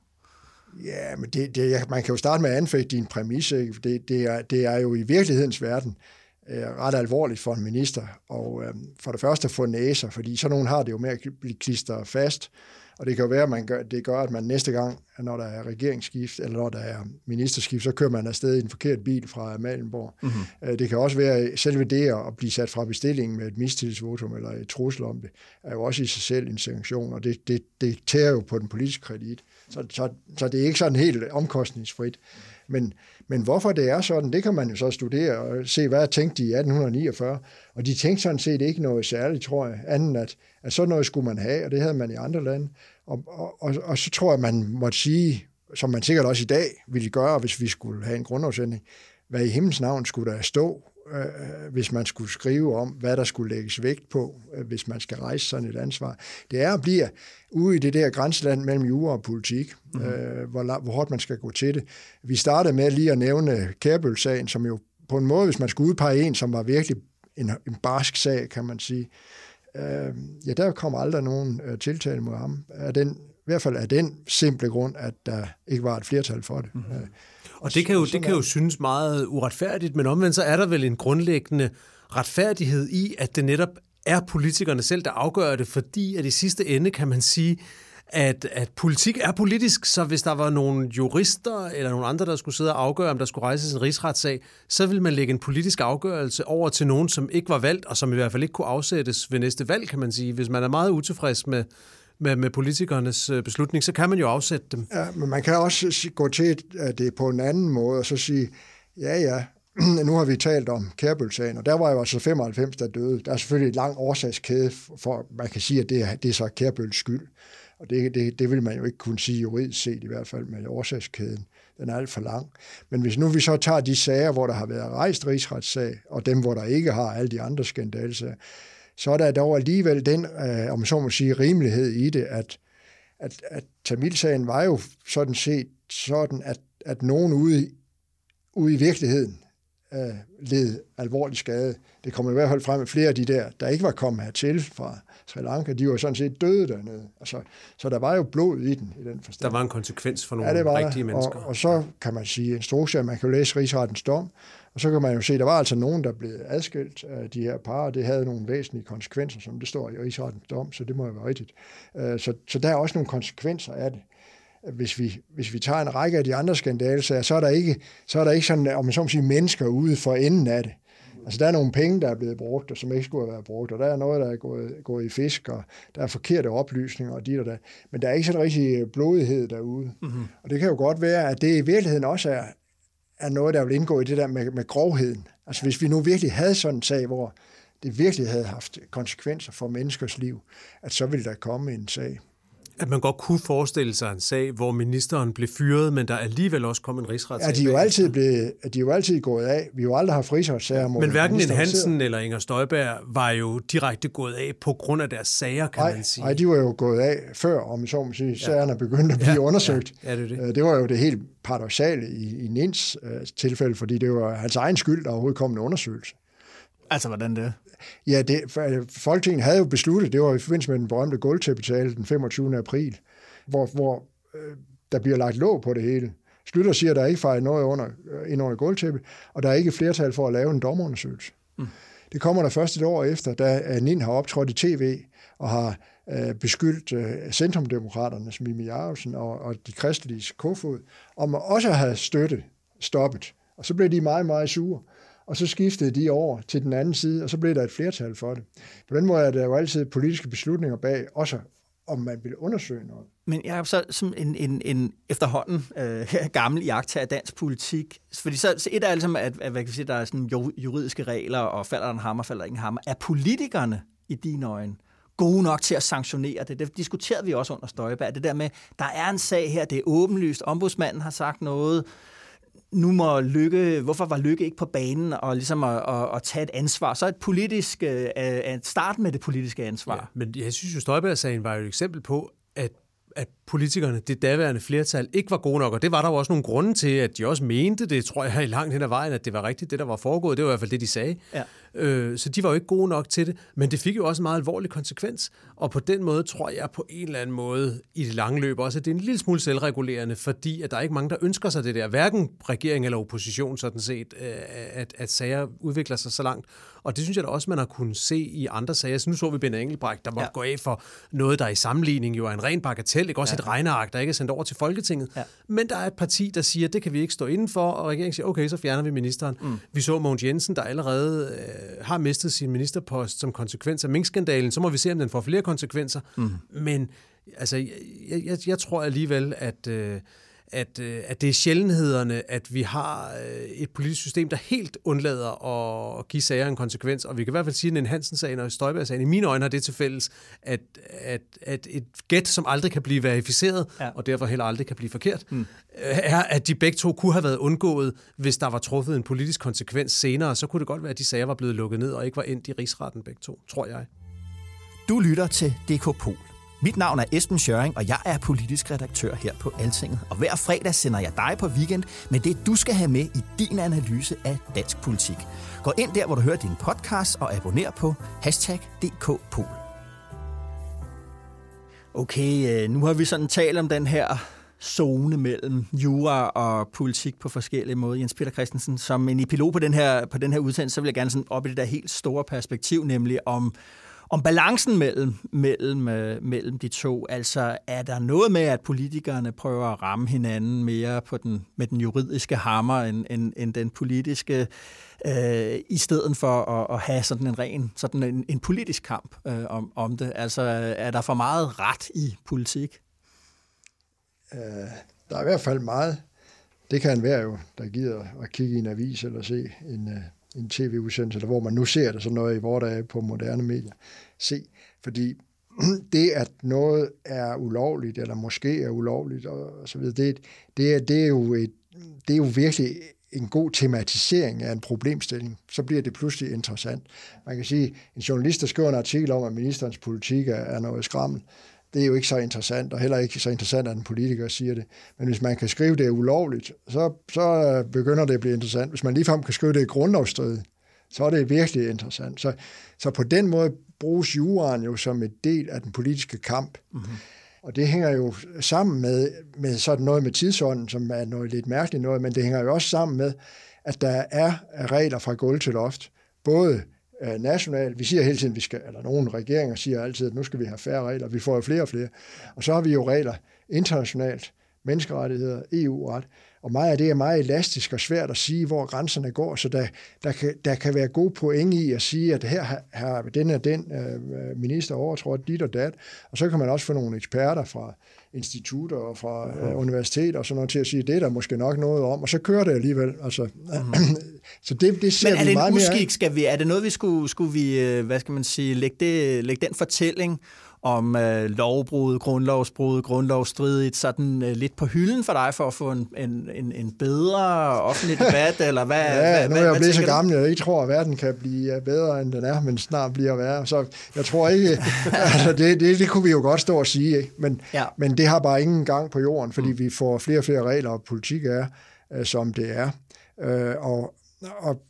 Ja, men det, det, man kan jo starte med at anfægte din præmis. Det, det, er, det er jo i virkelighedens verden øh, ret alvorligt for en minister. Og øh, for det første at få næser, fordi så nogen har det jo med at blive klistret fast. Og det kan jo være, at man gør, det gør, at man næste gang, når der er regeringsskift, eller når der er ministerskift, så kører man afsted i en forkert bil fra Amalienborg. Mm-hmm. Det kan også være, selve det at blive sat fra bestillingen med et mistillidsvotum eller et trussel om det, er jo også i sig selv en sanktion, og det, det, det tærer jo på den politiske kredit. Så, så, så det er ikke sådan helt omkostningsfrit. Men, men hvorfor det er sådan, det kan man jo så studere og se, hvad tænkte de i atten niogfyrre. Og de tænkte sådan set ikke noget særligt, tror jeg, anden at, at sådan noget skulle man have, og det havde man i andre lande. Og, og, og, og så tror jeg, man måtte sige, som man sikkert også i dag ville gøre, hvis vi skulle have en grundlovsændring, hvad i himlens navn skulle der stå, øh, hvis man skulle skrive om, hvad der skulle lægges vægt på, øh, hvis man skal rejse sådan et ansvar. Det er og bliver ude i det der grænseland mellem jura og politik, mm-hmm. øh, hvor, hvor hårdt man skal gå til det. Vi startede med lige at nævne Kærbøl-sagen, som jo på en måde, hvis man skulle udpege en, som var virkelig en, en barsk sag, kan man sige, øh, ja, der kom aldrig nogen øh, tiltale mod ham. Af den, I hvert fald af den simple grund, at der ikke var et flertal for det. Mm-hmm. Øh, Og det kan jo, det kan jo synes meget uretfærdigt, men omvendt så er der vel en grundlæggende retfærdighed i, at det netop er politikerne selv, der afgør det, fordi at i sidste ende kan man sige, at, at politik er politisk, så hvis der var nogle jurister eller nogle andre, der skulle sidde og afgøre, om der skulle rejses en rigsretssag, så ville man lægge en politisk afgørelse over til nogen, som ikke var valgt, og som i hvert fald ikke kunne afsættes ved næste valg, kan man sige. Hvis man er meget utilfreds med Med, med politikernes beslutning, så kan man jo afsætte dem. Ja, men man kan også gå til det på en anden måde, og så sige, ja, ja, nu har vi talt om Kærbøl-sagen, og der var jo altså femoghalvfems, der døde. Der er selvfølgelig et lang årsagskæde, for man kan sige, at det er, det er så Kærbøls skyld. Og det, det, det vil man jo ikke kunne sige juridisk set, i hvert fald med årsagskæden. Den er alt for lang. Men hvis nu vi så tager de sager, hvor der har været rejst rigsretssag, og dem, hvor der ikke har alle de andre skandalsager, så er der dog alligevel den, øh, om så må sige, rimelighed i det, at, at, at Tamilsagen var jo sådan set sådan, at, at nogen ude, ude i virkeligheden øh, led alvorlig skade. Det kommer i hvert fald frem med flere af de der, der ikke var kommet hertil fra Sri Lanka, de var sådan set døde dernede. Altså, så der var jo blod i den, i den forstand. Der var en konsekvens for nogle ja, det var rigtige mennesker. Og, og så kan man sige instrukser, man kan jo læse Rigsrettens dom, og så kan man jo se, der var altså nogen, der blev adskilt af de her par, og det havde nogle væsentlige konsekvenser, som det står i Rigsrettens dom, så det må jo være rigtigt. Så, så der er også nogle konsekvenser af det. Hvis vi, hvis vi tager en række af de andre skandaler, så er der ikke, så er der ikke sådan, om man så må sige, mennesker ude for enden af det. Altså, der er nogle penge, der er blevet brugt, og som ikke skulle have været brugt, og der er noget, der er gået, gået i fisk, og der er forkerte oplysninger, og dit og der. Men der er ikke sådan rigtig blodighed derude. Mm-hmm. Og det kan jo godt være, at det i virkeligheden også er, er noget, der vil indgå i det der med, med grovheden. Altså, hvis vi nu virkelig havde sådan en sag, hvor det virkelig havde haft konsekvenser for menneskers liv, at så ville der komme en sag. At man godt kunne forestille sig en sag, hvor ministeren blev fyret, men der alligevel også kom en rigsretssag. Ja, de er jo altid, blevet, de er jo altid gået af. Vi har jo aldrig haft rigsretssager mod. Men hverken Niels Hansen eller Inger Støjberg var jo direkte gået af på grund af deres sager, kan nej, man sige. Nej, de var jo gået af før, om så må sige, sagerne begyndte at blive ja, undersøgt. Ja, ja, det, det. det var jo det helt paradoksale i, i Nins uh, tilfælde, fordi det var hans egen skyld, der overhovedet kom en undersøgelse. Altså, hvordan det? Ja, det, Folketinget havde jo besluttet, det var i forbindelse med den berømte gulvtæppetale den femogtyvende april, hvor, hvor øh, der bliver lagt låg på det hele. Slytter siger, at der er ikke fejret noget under, ind under gulvtæppet, og der er ikke flertal for at lave en dommerundersøgelse. Mm. Det kommer der først et år efter, da Nin har optrådt i tv og har øh, beskyldt øh, Centrumdemokraternes Mimi Jarlsen og, og de kristelige Kofod om at også have støttet stoppet. Og så blev de meget, meget sure. Og så skiftede de over til den anden side, og så blev der et flertal for det. På den måde er der jo altid politiske beslutninger bag, også om man vil undersøge noget. Men jeg er så som en, en, en efterhånden øh, gammel iagttager af dansk politik. Fordi så, så et er altså, at, at hvad kan vi sige, der er sådan juridiske regler, og falder der en hammer, falder der ikke en hammer. Er politikerne i dine øjne gode nok til at sanktionere det? Det diskuterede vi også under Støjberg. Det der med, der er en sag her, det er åbenlyst, ombudsmanden har sagt noget, nu må Lykke, hvorfor var Lykke ikke på banen og ligesom at, at, at tage et ansvar? Så et politisk, at starte med det politiske ansvar. Ja, men jeg synes jo, Støjberg-sagen var jo et eksempel på, at at politikerne, det daværende flertal, ikke var gode nok, og det var der jo også nogle grunde til, at de også mente det, tror jeg, i langt hen ad vejen, at det var rigtigt, det der var foregået, det var i hvert fald det, de sagde. Ja. Øh, så de var jo ikke gode nok til det, men det fik jo også en meget alvorlig konsekvens, og på den måde tror jeg på en eller anden måde i det lange løb også, at det er en lille smule selvregulerende, fordi at der er ikke mange, der ønsker sig det der, hverken regering eller opposition sådan set, at, at sager udvikler sig så langt. Og det synes jeg da også, man har kunnet se i andre sager. Så nu så vi Benny Engelbrecht, der måtte ja. gå af for noget, der i sammenligning jo er en ren bagatel, ikke også ja. et regneark, der ikke er sendt over til Folketinget. Ja. Men der er et parti, der siger, det kan vi ikke stå inden for, og regeringen siger, okay, så fjerner vi ministeren. Mm. Vi så Mogens Jensen, der allerede øh, har mistet sin ministerpost som konsekvens af minkskandalen. Så må vi se, om den får flere konsekvenser. Mm. Men altså, jeg, jeg, jeg tror alligevel, at... Øh, At, at det er sjældenhederne, at vi har et politisk system, der helt undlader at give sager en konsekvens. Og vi kan i hvert fald sige, at en Hansen-sagen og Støjberg-sagen, i mine øjne har det til fælles, at, at, at et gæt, som aldrig kan blive verificeret, ja. og derfor heller aldrig kan blive forkert, mm. er, at de begge to kunne have været undgået, hvis der var truffet en politisk konsekvens senere. Så kunne det godt være, at de sager var blevet lukket ned og ikke var endt i rigsretten begge to, tror jeg. Du lytter til D K Pol. Mit navn er Esben Schøring, og jeg er politisk redaktør her på Altinget. Og hver fredag sender jeg dig på weekend med det, du skal have med i din analyse af dansk politik. Gå ind der, hvor du hører din podcast, og abonner på hashtag D K Pol. Okay, nu har vi sådan talt om den her zone mellem jura og politik på forskellige måder. Jens Peter Christensen, som en epilog på den her, på den her udsendelse, så vil jeg gerne sådan op i det der helt store perspektiv, nemlig om Om balancen mellem, mellem, øh, mellem de to, altså er der noget med, at politikerne prøver at ramme hinanden mere på den, med den juridiske hammer end, end, end den politiske, øh, i stedet for at, at have sådan en ren, sådan en, en politisk kamp øh, om, om det? Altså er der for meget ret i politik? Uh, der er i hvert fald meget. Det kan enhver jo, der gider at kigge i en avis eller se en uh en tv-udsendelse, hvor man nu ser det sådan noget i vores dage på moderne medier. Se, fordi det, at noget er ulovligt, eller måske er ulovligt, og så videre, det, det, er, det, er jo et, det er jo virkelig en god tematisering af en problemstilling. Så bliver det pludselig interessant. Man kan sige, en journalist, der skriver en artikel om, at ministerens politik er noget skrammel, det er jo ikke så interessant, og heller ikke så interessant, at en politiker siger det. Men hvis man kan skrive det ulovligt, så, så begynder det at blive interessant. Hvis man ligefrem kan skrive det grundlovsstridigt, så er det virkelig interessant. Så, så på den måde bruges juraen jo som et del af den politiske kamp. Mm-hmm. Og det hænger jo sammen med, med sådan noget med tidsånden, som er noget lidt mærkeligt noget, men det hænger jo også sammen med, at der er regler fra gulv til loft, både nationalt. Vi siger hele tiden, vi skal, eller nogle regeringer siger altid, at nu skal vi have færre regler. Vi får jo flere og flere. Og så har vi jo regler internationalt, menneskerettigheder, E U-ret, og meget af det er meget elastisk og svært at sige, hvor grænserne går, så der, der, kan, der kan være god point i at sige, at her har den og den øh, minister overtrådt dit og dat, og så kan man også få nogle eksperter fra institutter og fra øh, universiteter og sådan noget til at sige, at det er der måske nok noget om, og så kører det alligevel. Altså, mm. Så det, det ser Men er vi det meget en uskik, mere. Skal vi, er det noget, vi skulle, skulle vi, hvad skal man sige, lægge, det, lægge den fortælling om øh, lovbrud, grundlovsbrud, grundlovsstridigt, sådan øh, lidt på hylden for dig, for at få en, en, en, en bedre offentlig debat, eller hvad? Ja, hvad, nu er jeg blevet så du? gammel, at jeg ikke tror, at verden kan blive bedre, end den er, men snart bliver værre. Så jeg tror ikke, altså det, det, det kunne vi jo godt stå og sige, ikke? Men, ja. men det har bare ingen gang på jorden, fordi mm. vi får flere og flere regler, og politik er, øh, som det er. Øh, og og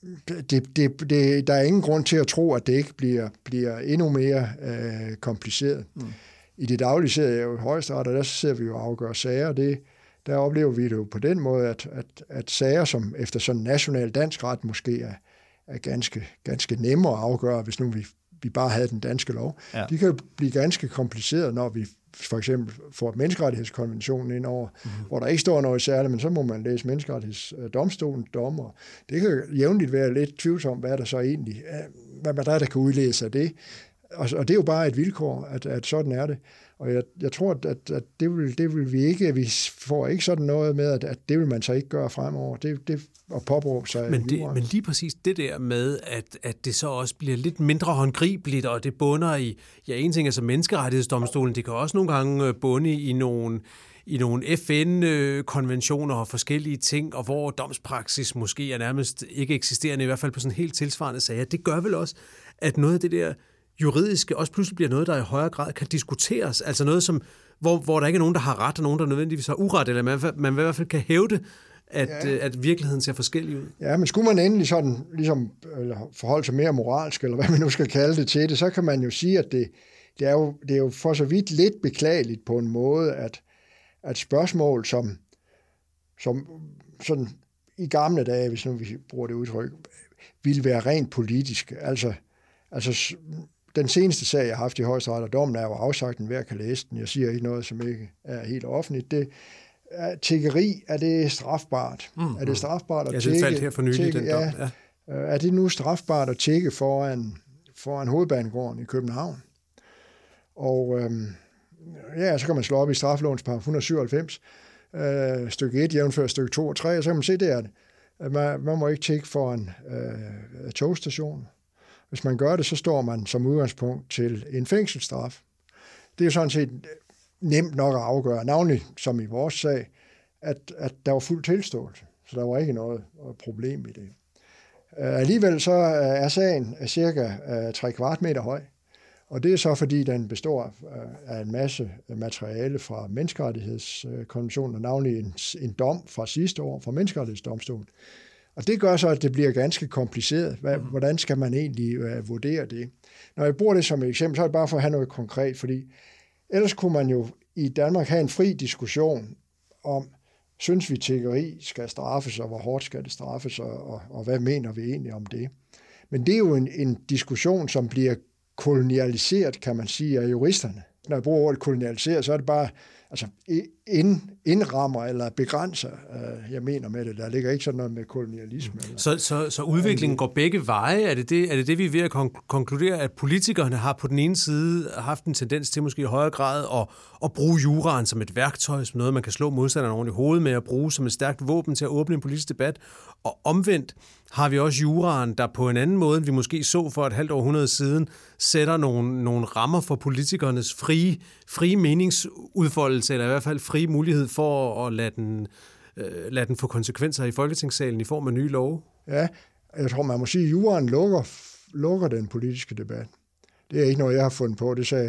Det, det, det, der er ingen grund til at tro, at det ikke bliver, bliver endnu mere øh, kompliceret. Mm. I det daglige sidder jeg jo i Højesteret, og der ser vi jo afgøre sager. Det, der oplever vi det jo på den måde, at, at, at sager, som efter sådan national dansk ret måske er, er ganske, ganske nemmere at afgøre, hvis nu vi, vi bare havde den danske lov, ja. De kan jo blive ganske komplicerede, når vi for eksempel får menneskerettighedskonventionen ind over, mm-hmm. hvor der ikke står noget særligt, men så må man læse menneskerettighedsdomstolens dommer. Det kan jævnligt være lidt tvivlsomt, hvad der så egentlig hvad der er, der kan udlæse af det. Og, og det er jo bare et vilkår, at, at sådan er det. Og jeg, jeg tror, at, at det, vil, det vil vi ikke, vi får ikke sådan noget med, at, at det vil man så ikke gøre fremover. Det, det at påberåbe sig. Men, det, men lige præcis det der med, at, at det så også bliver lidt mindre håndgribeligt, og det bunder i, ja, en ting er så menneskerettighedsdomstolen, det kan også nogle gange bunde i nogle, i nogle F N-konventioner og forskellige ting, og hvor domspraksis måske er nærmest ikke eksisterende, i hvert fald på sådan helt tilsvarende sager. Det gør vel også, at noget af det der juridiske også pludselig bliver noget, der i højere grad kan diskuteres. Altså noget, som, hvor, hvor der ikke er nogen, der har ret, og nogen, der nødvendigvis har uret, eller man, man i hvert fald kan hævde, at, ja. at virkeligheden ser forskellig ud. Ja, men skulle man endelig sådan, ligesom, eller forholde sig mere moralsk, eller hvad man nu skal kalde det til det, så kan man jo sige, at det, det, er, jo, det er jo for så vidt lidt beklageligt på en måde, at, at spørgsmål, som, som sådan i gamle dage, hvis nu vi bruger det udtryk, ville være rent politisk. Altså, altså den seneste sag, jeg har haft i Højesteret, og dommen er jo afsagt, enhver kan læse den. Jeg siger ikke noget, som ikke er helt offentligt. Det, er, tiggeri, er det strafbart? Mm, er det strafbart at ja, tigge? det faldt her for nylig, den dom. Ja. Er det nu strafbart at tigge foran, foran hovedbanegården i København? Og øhm, ja, så kan man slå op i straffelovens paragraf et hundrede syvoghalvfems, øh, stykke et, jævnfør stykke to og tre, og så kan man se, det er det. Man, man må ikke tigge foran øh, togstationen. Hvis man gør det, så står man som udgangspunkt til en fængselsstraf. Det er jo sådan set nemt nok at afgøre, navnlig som i vores sag, at, at der var fuld tilståelse, så der var ikke noget problem i det. Alligevel så er sagen cirka tre kvart meter høj, og det er så fordi, den består af en masse materiale fra menneskerettighedskonventionen, og navnlig en, en dom fra sidste år fra menneskerettighedsdomstolen. Og det gør så, at det bliver ganske kompliceret. Hvordan skal man egentlig uh, vurdere det? Når jeg bruger det som et eksempel, så er det bare for at have noget konkret, fordi ellers kunne man jo i Danmark have en fri diskussion om, synes vi tiggeri skal straffes, og hvor hårdt skal det straffes, og, og, og hvad mener vi egentlig om det? Men det er jo en, en diskussion, som bliver kolonialiseret, kan man sige, af juristerne. Når jeg bruger ordet kolonialiseret, så er det bare altså ind, indrammer eller begrænser, øh, jeg mener med det. Der ligger ikke sådan noget med kolonialisme. Eller, så, så, så udviklingen går begge veje? Er det det, er det det, vi er ved at konkludere, at politikerne har på den ene side haft en tendens til måske i højere grad at, at bruge juraen som et værktøj, som noget, man kan slå modstanderen oven i hovedet med, at bruge som et stærkt våben til at åbne en politisk debat, og omvendt har vi også juraen, der på en anden måde, end vi måske så for et halvt århundrede siden, sætter nogle, nogle rammer for politikernes frie, frie meningsudfoldelse, eller i hvert fald frie mulighed for at lade den, øh, lade den få konsekvenser i Folketingssalen i form af nye love. Ja, jeg tror, man må sige, at juraen lukker, lukker den politiske debat. Det er ikke noget, jeg har fundet på. Det sagde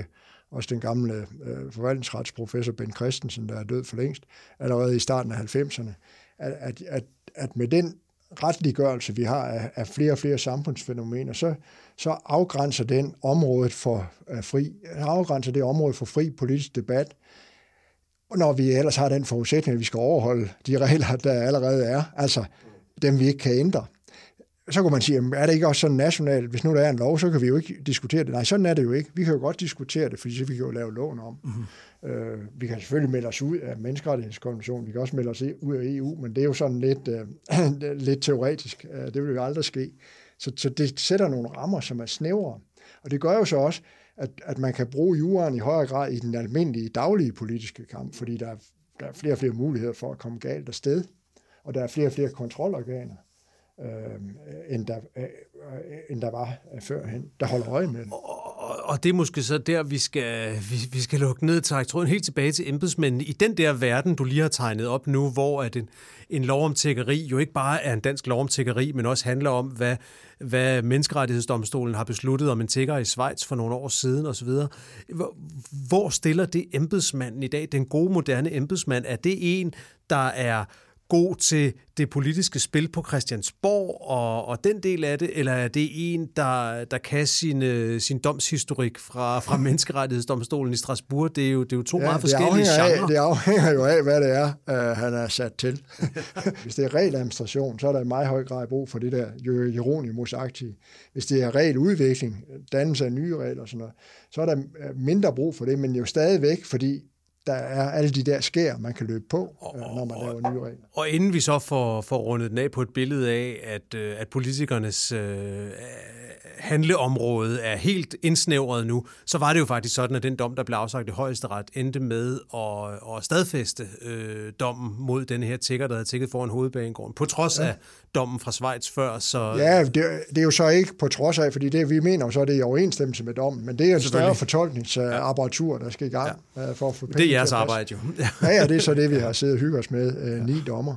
også den gamle øh, forvaltningsretsprofessor Ben Christensen, der er død for længst, allerede i starten af halvfemserne, at, at, at, at med den retliggørelse, vi har af, af flere og flere samfundsfænomener, så, så afgrænser den området for uh, fri, afgrænser det område for fri politisk debat, når vi ellers har den forudsætning, at vi skal overholde de regler, der allerede er, altså dem vi ikke kan ændre. Så kunne man sige, er det ikke også sådan nationalt, hvis nu der er en lov, så kan vi jo ikke diskutere det. Nej, sådan er det jo ikke. Vi kan jo godt diskutere det, fordi så vi kan jo lave loven om. Mm-hmm. Øh, vi kan selvfølgelig melde os ud af menneskerettighedskonventionen, vi kan også melde os ud af E U, men det er jo sådan lidt, øh, lidt teoretisk. Det vil jo aldrig ske. Så, så det sætter nogle rammer, som er snævre. Og det gør jo så også, at, at man kan bruge juraen i højere grad i den almindelige daglige politiske kamp, fordi der er, der er flere og flere muligheder for at komme galt afsted, og der er flere og flere kontrolorganer. Øh, end, der, øh, end der var førhen, der holder øje med det. Og, og det er måske så der, vi skal, vi, vi skal lukke ned, trække tråden helt tilbage til embedsmændene. I den der verden, du lige har tegnet op nu, hvor at en, en lov om tiggeri jo ikke bare er en dansk lov om tiggeri, men også handler om, hvad, hvad menneskerettighedsdomstolen har besluttet om en tigger i Schweiz for nogle år siden osv. Hvor, hvor stiller det embedsmanden i dag? Den gode, moderne embedsmand, er det en, der er god til det politiske spil på Christiansborg og, og den del af det, eller er det en, der, der kan sin, sin domshistorik fra, fra menneskerettighedsdomstolen i Strasbourg? Det er jo, det er jo to ja, meget forskellige genrer. Det afhænger jo af, hvad det er, uh, han er sat til. Hvis det er regeladministration, så er der i meget høj grad brug for det der Hieronymus-agtige. Hvis det er regeludvikling, dannelse af nye regler og sådan noget, så er der mindre brug for det, men jo stadigvæk, fordi der er alle de der skær, man kan løbe på, og, når man laver nye regler. Og inden vi så får, får rundet den af på et billede af, at, at politikernes øh, handleområde er helt indsnævret nu, så var det jo faktisk sådan, at den dom, der blev afsagt i Højesteret, endte med at, at stadfæste øh, dommen mod den her tigger, der havde tigget foran hovedbanegården, på trods ja. af dommen fra Schweiz før. Så... Ja, det, det er jo så ikke på trods af, fordi det vi mener jo så, det er i overensstemmelse med dommen, men det er en større fortolkningsapparatur, der skal i gang ja. for at få penge. Det er jeres arbejde jo. ja, ja, det er så det, vi har siddet og hygget os med, øh, ni dommer.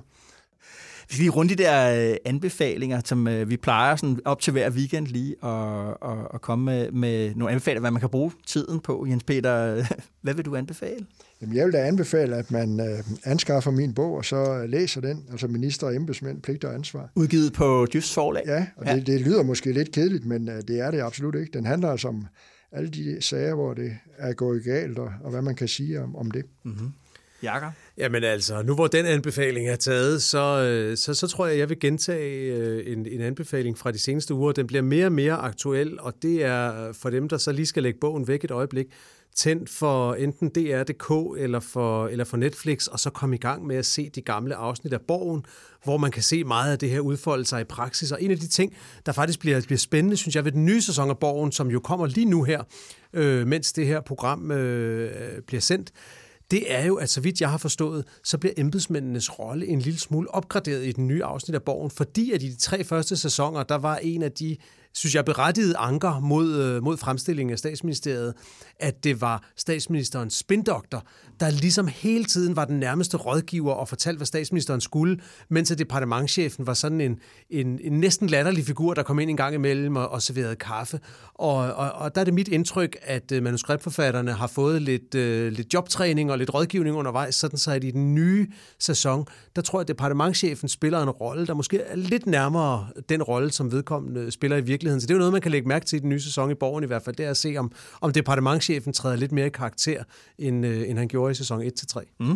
Vi skal lige rundt i de der anbefalinger, som vi plejer sådan op til hver weekend lige at, at, at komme med, med nogle anbefalinger, hvad man kan bruge tiden på. Jens Peter, hvad vil du anbefale? Jamen, jeg vil da anbefale, at man øh, anskaffer min bog, og så læser den, altså Minister og Embedsmænd, Pligt og Ansvar. Udgivet på Djøfs Forlag. Ja, og ja. Det, det lyder måske lidt kedeligt, men øh, det er det absolut ikke. Den handler altså om alle de sager, hvor det er gået galt, og, og hvad man kan sige om, om det. Mm-hmm. Jakob? Jamen altså, nu hvor den anbefaling er taget, så, så, så tror jeg, jeg vil gentage en, en anbefaling fra de seneste uger. Den bliver mere og mere aktuel, og det er for dem, der så lige skal lægge bogen væk et øjeblik. Tænd for enten D R punktum d k eller for, eller for Netflix, og så kom i gang med at se de gamle afsnit af Borgen, hvor man kan se meget af det her udfolde sig i praksis. Og en af de ting, der faktisk bliver, bliver spændende, synes jeg, ved den nye sæson af Borgen, som jo kommer lige nu her, øh, mens det her program øh, bliver sendt, det er jo, at så vidt jeg har forstået, så bliver embedsmændenes rolle en lille smule opgraderet i den nye afsnit af Borgen, fordi at i de tre første sæsoner, der var en af de, synes jeg, berettigede anker mod, mod fremstillingen af statsministeriet, at det var statsministerens spindoktor, der ligesom hele tiden var den nærmeste rådgiver og fortalte, hvad statsministeren skulle, mens at departementschefen var sådan en, en, en næsten latterlig figur, der kom ind en gang imellem og, og serverede kaffe. Og, og, og der er det mit indtryk, at manuskriptforfatterne har fået lidt, øh, lidt jobtræning og lidt rådgivning undervejs, sådan så at i den nye sæson, der tror jeg, at departementschefen spiller en rolle, der måske er lidt nærmere den rolle, som vedkommende spiller i virkeligheden. Så det er jo noget, man kan lægge mærke til i den nye sæson i Borgen i hvert fald, det er at se, om, om departementschefen træder lidt mere i karakter, end, øh, end han gjorde i sæson et til tre. Mm.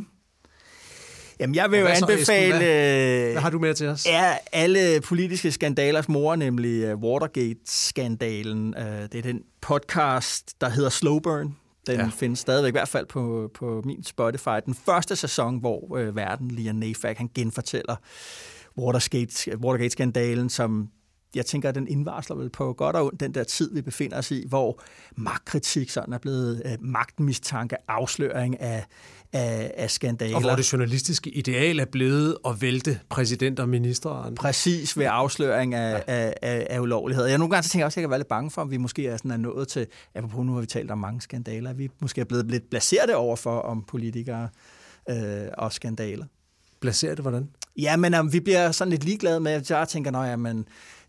Jamen, jeg vil jo anbefale... Hvad, hvad har du med til os? Er alle politiske skandalers mor, nemlig Watergate-skandalen. Det er den podcast, der hedder Slow Burn. Den ja. findes stadigvæk, i hvert fald på, på min Spotify. Den første sæson, hvor øh, verden, Liam Neyfakh, han genfortæller Watergate, Watergate-skandalen, som jeg tænker, at den indvarsler vel på godt og ondt den der tid, vi befinder os i, hvor magtkritik sådan er blevet øh, magtmistanke, afsløring af, af, af skandaler. Og hvor det journalistiske ideal er blevet at vælte præsident og minister. Præcis, ved afsløring af, ja. af, af, af ulovligheder. Jeg nogle gange så tænker jeg også, at jeg kan være lidt bange for, om vi måske er, sådan, er nået til, apropos nu har vi talt om mange skandaler, at vi måske er blevet lidt blaseret over for om politikere øh, og skandaler. Blaseret hvordan? Ja, men um, vi bliver sådan lidt ligeglade med, at jeg tænker, at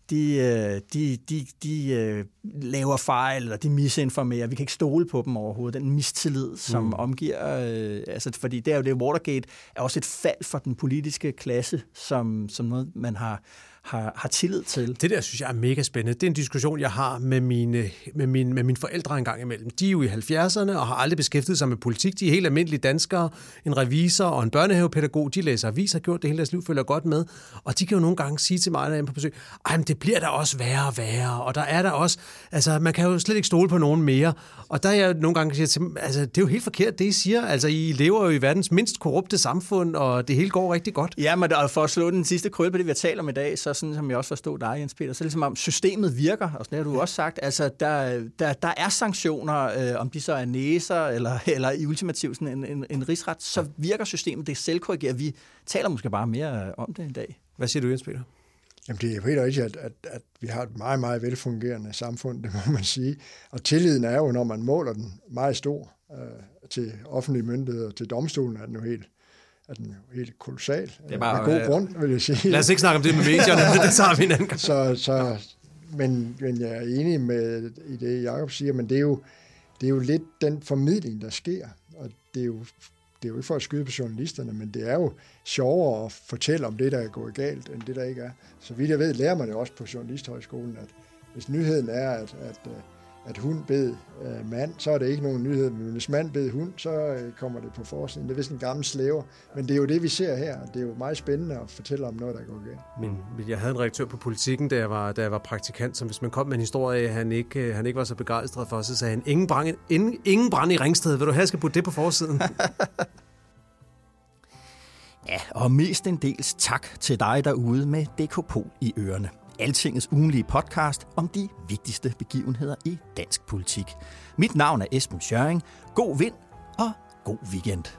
de, de, de, de laver fejl, eller de misinformerer. Vi kan ikke stole på dem overhovedet. Den mistillid, som mm. omgiver... Øh, altså, fordi det er jo det, Watergate er også et fald for den politiske klasse, som, som noget, man har... Har, har tillid til. Det der synes jeg er mega spændende. Det er en diskussion, jeg har med mine, med mine, med mine forældre en gang imellem. De er jo i halvfjerdserne og har aldrig beskæftiget sig med politik. De er helt almindelige danskere, en revisor og en børnehavepædagog. De læser aviser, har gjort det hele deres liv, følger godt med. Og de kan jo nogle gange sige til mig, når jeg er på besøg, ej, men det bliver da også værre og værre. Og der er der også, altså man kan jo slet ikke stole på nogen mere. Og der er jeg nogle gange siger til dem, altså det er jo helt forkert, det I siger. Altså I lever jo i verdens mindst korrupte samfund, og det hele går rigtig godt. Ja, men for at slå den sidste krølle på det, vi har talt om i dag, så sådan som jeg også forstod dig, Jens Peter, så er det som om systemet virker, og sådan har du også sagt, altså der, der, der er sanktioner, øh, om de så er næser, eller, eller i ultimativt sådan en, en, en rigsret, så virker systemet, det selvkorrigerer. Vi taler måske bare mere om det i dag. Hvad siger du, Jens Peter? Jamen det er jo helt rigtigt, at, at, at vi har et meget, meget velfungerende samfund, det må man sige. Og tilliden er jo, når man måler den, meget stor øh, til offentlige myndigheder, til domstolen er den jo helt er den jo helt kolossal. Det er bare, med god øh, grund, vil jeg sige. Lad os ikke snakke om det med medierne, det tager vi en anden gang. Så, så, men, men jeg er enig med i det, Jacob siger, men det er, jo, det er jo lidt den formidling, der sker. Og det er jo, det er jo ikke for at skyde på journalisterne, men det er jo sjovere at fortælle om det, der er gået galt, end det, der ikke er. Så vidt jeg ved, lærer man jo også på Journalisthøjskolen, at hvis nyheden er, at, at at hund bed øh, mand, så er det ikke nogen nyhed, men hvis mand bed hund, så øh, kommer det på forsiden. Det er vist en gammel slæver, men det er jo det, vi ser her. Det er jo meget spændende at fortælle om noget, der går galt. Men jeg havde en redaktør på Politikken, da jeg var, da jeg var praktikant, som hvis man kom med en historie, han ikke, han ikke var så begejstret for, så sagde han, ingen brand, ingen, ingen brand i Ringsted. Vil du have, jeg skal putte det på forsiden? Ja, og mest en dels tak til dig derude med D K Pol i ørerne. Altingets ugenlige podcast om de vigtigste begivenheder i dansk politik. Mit navn er Esben Schøring. God vind og god weekend.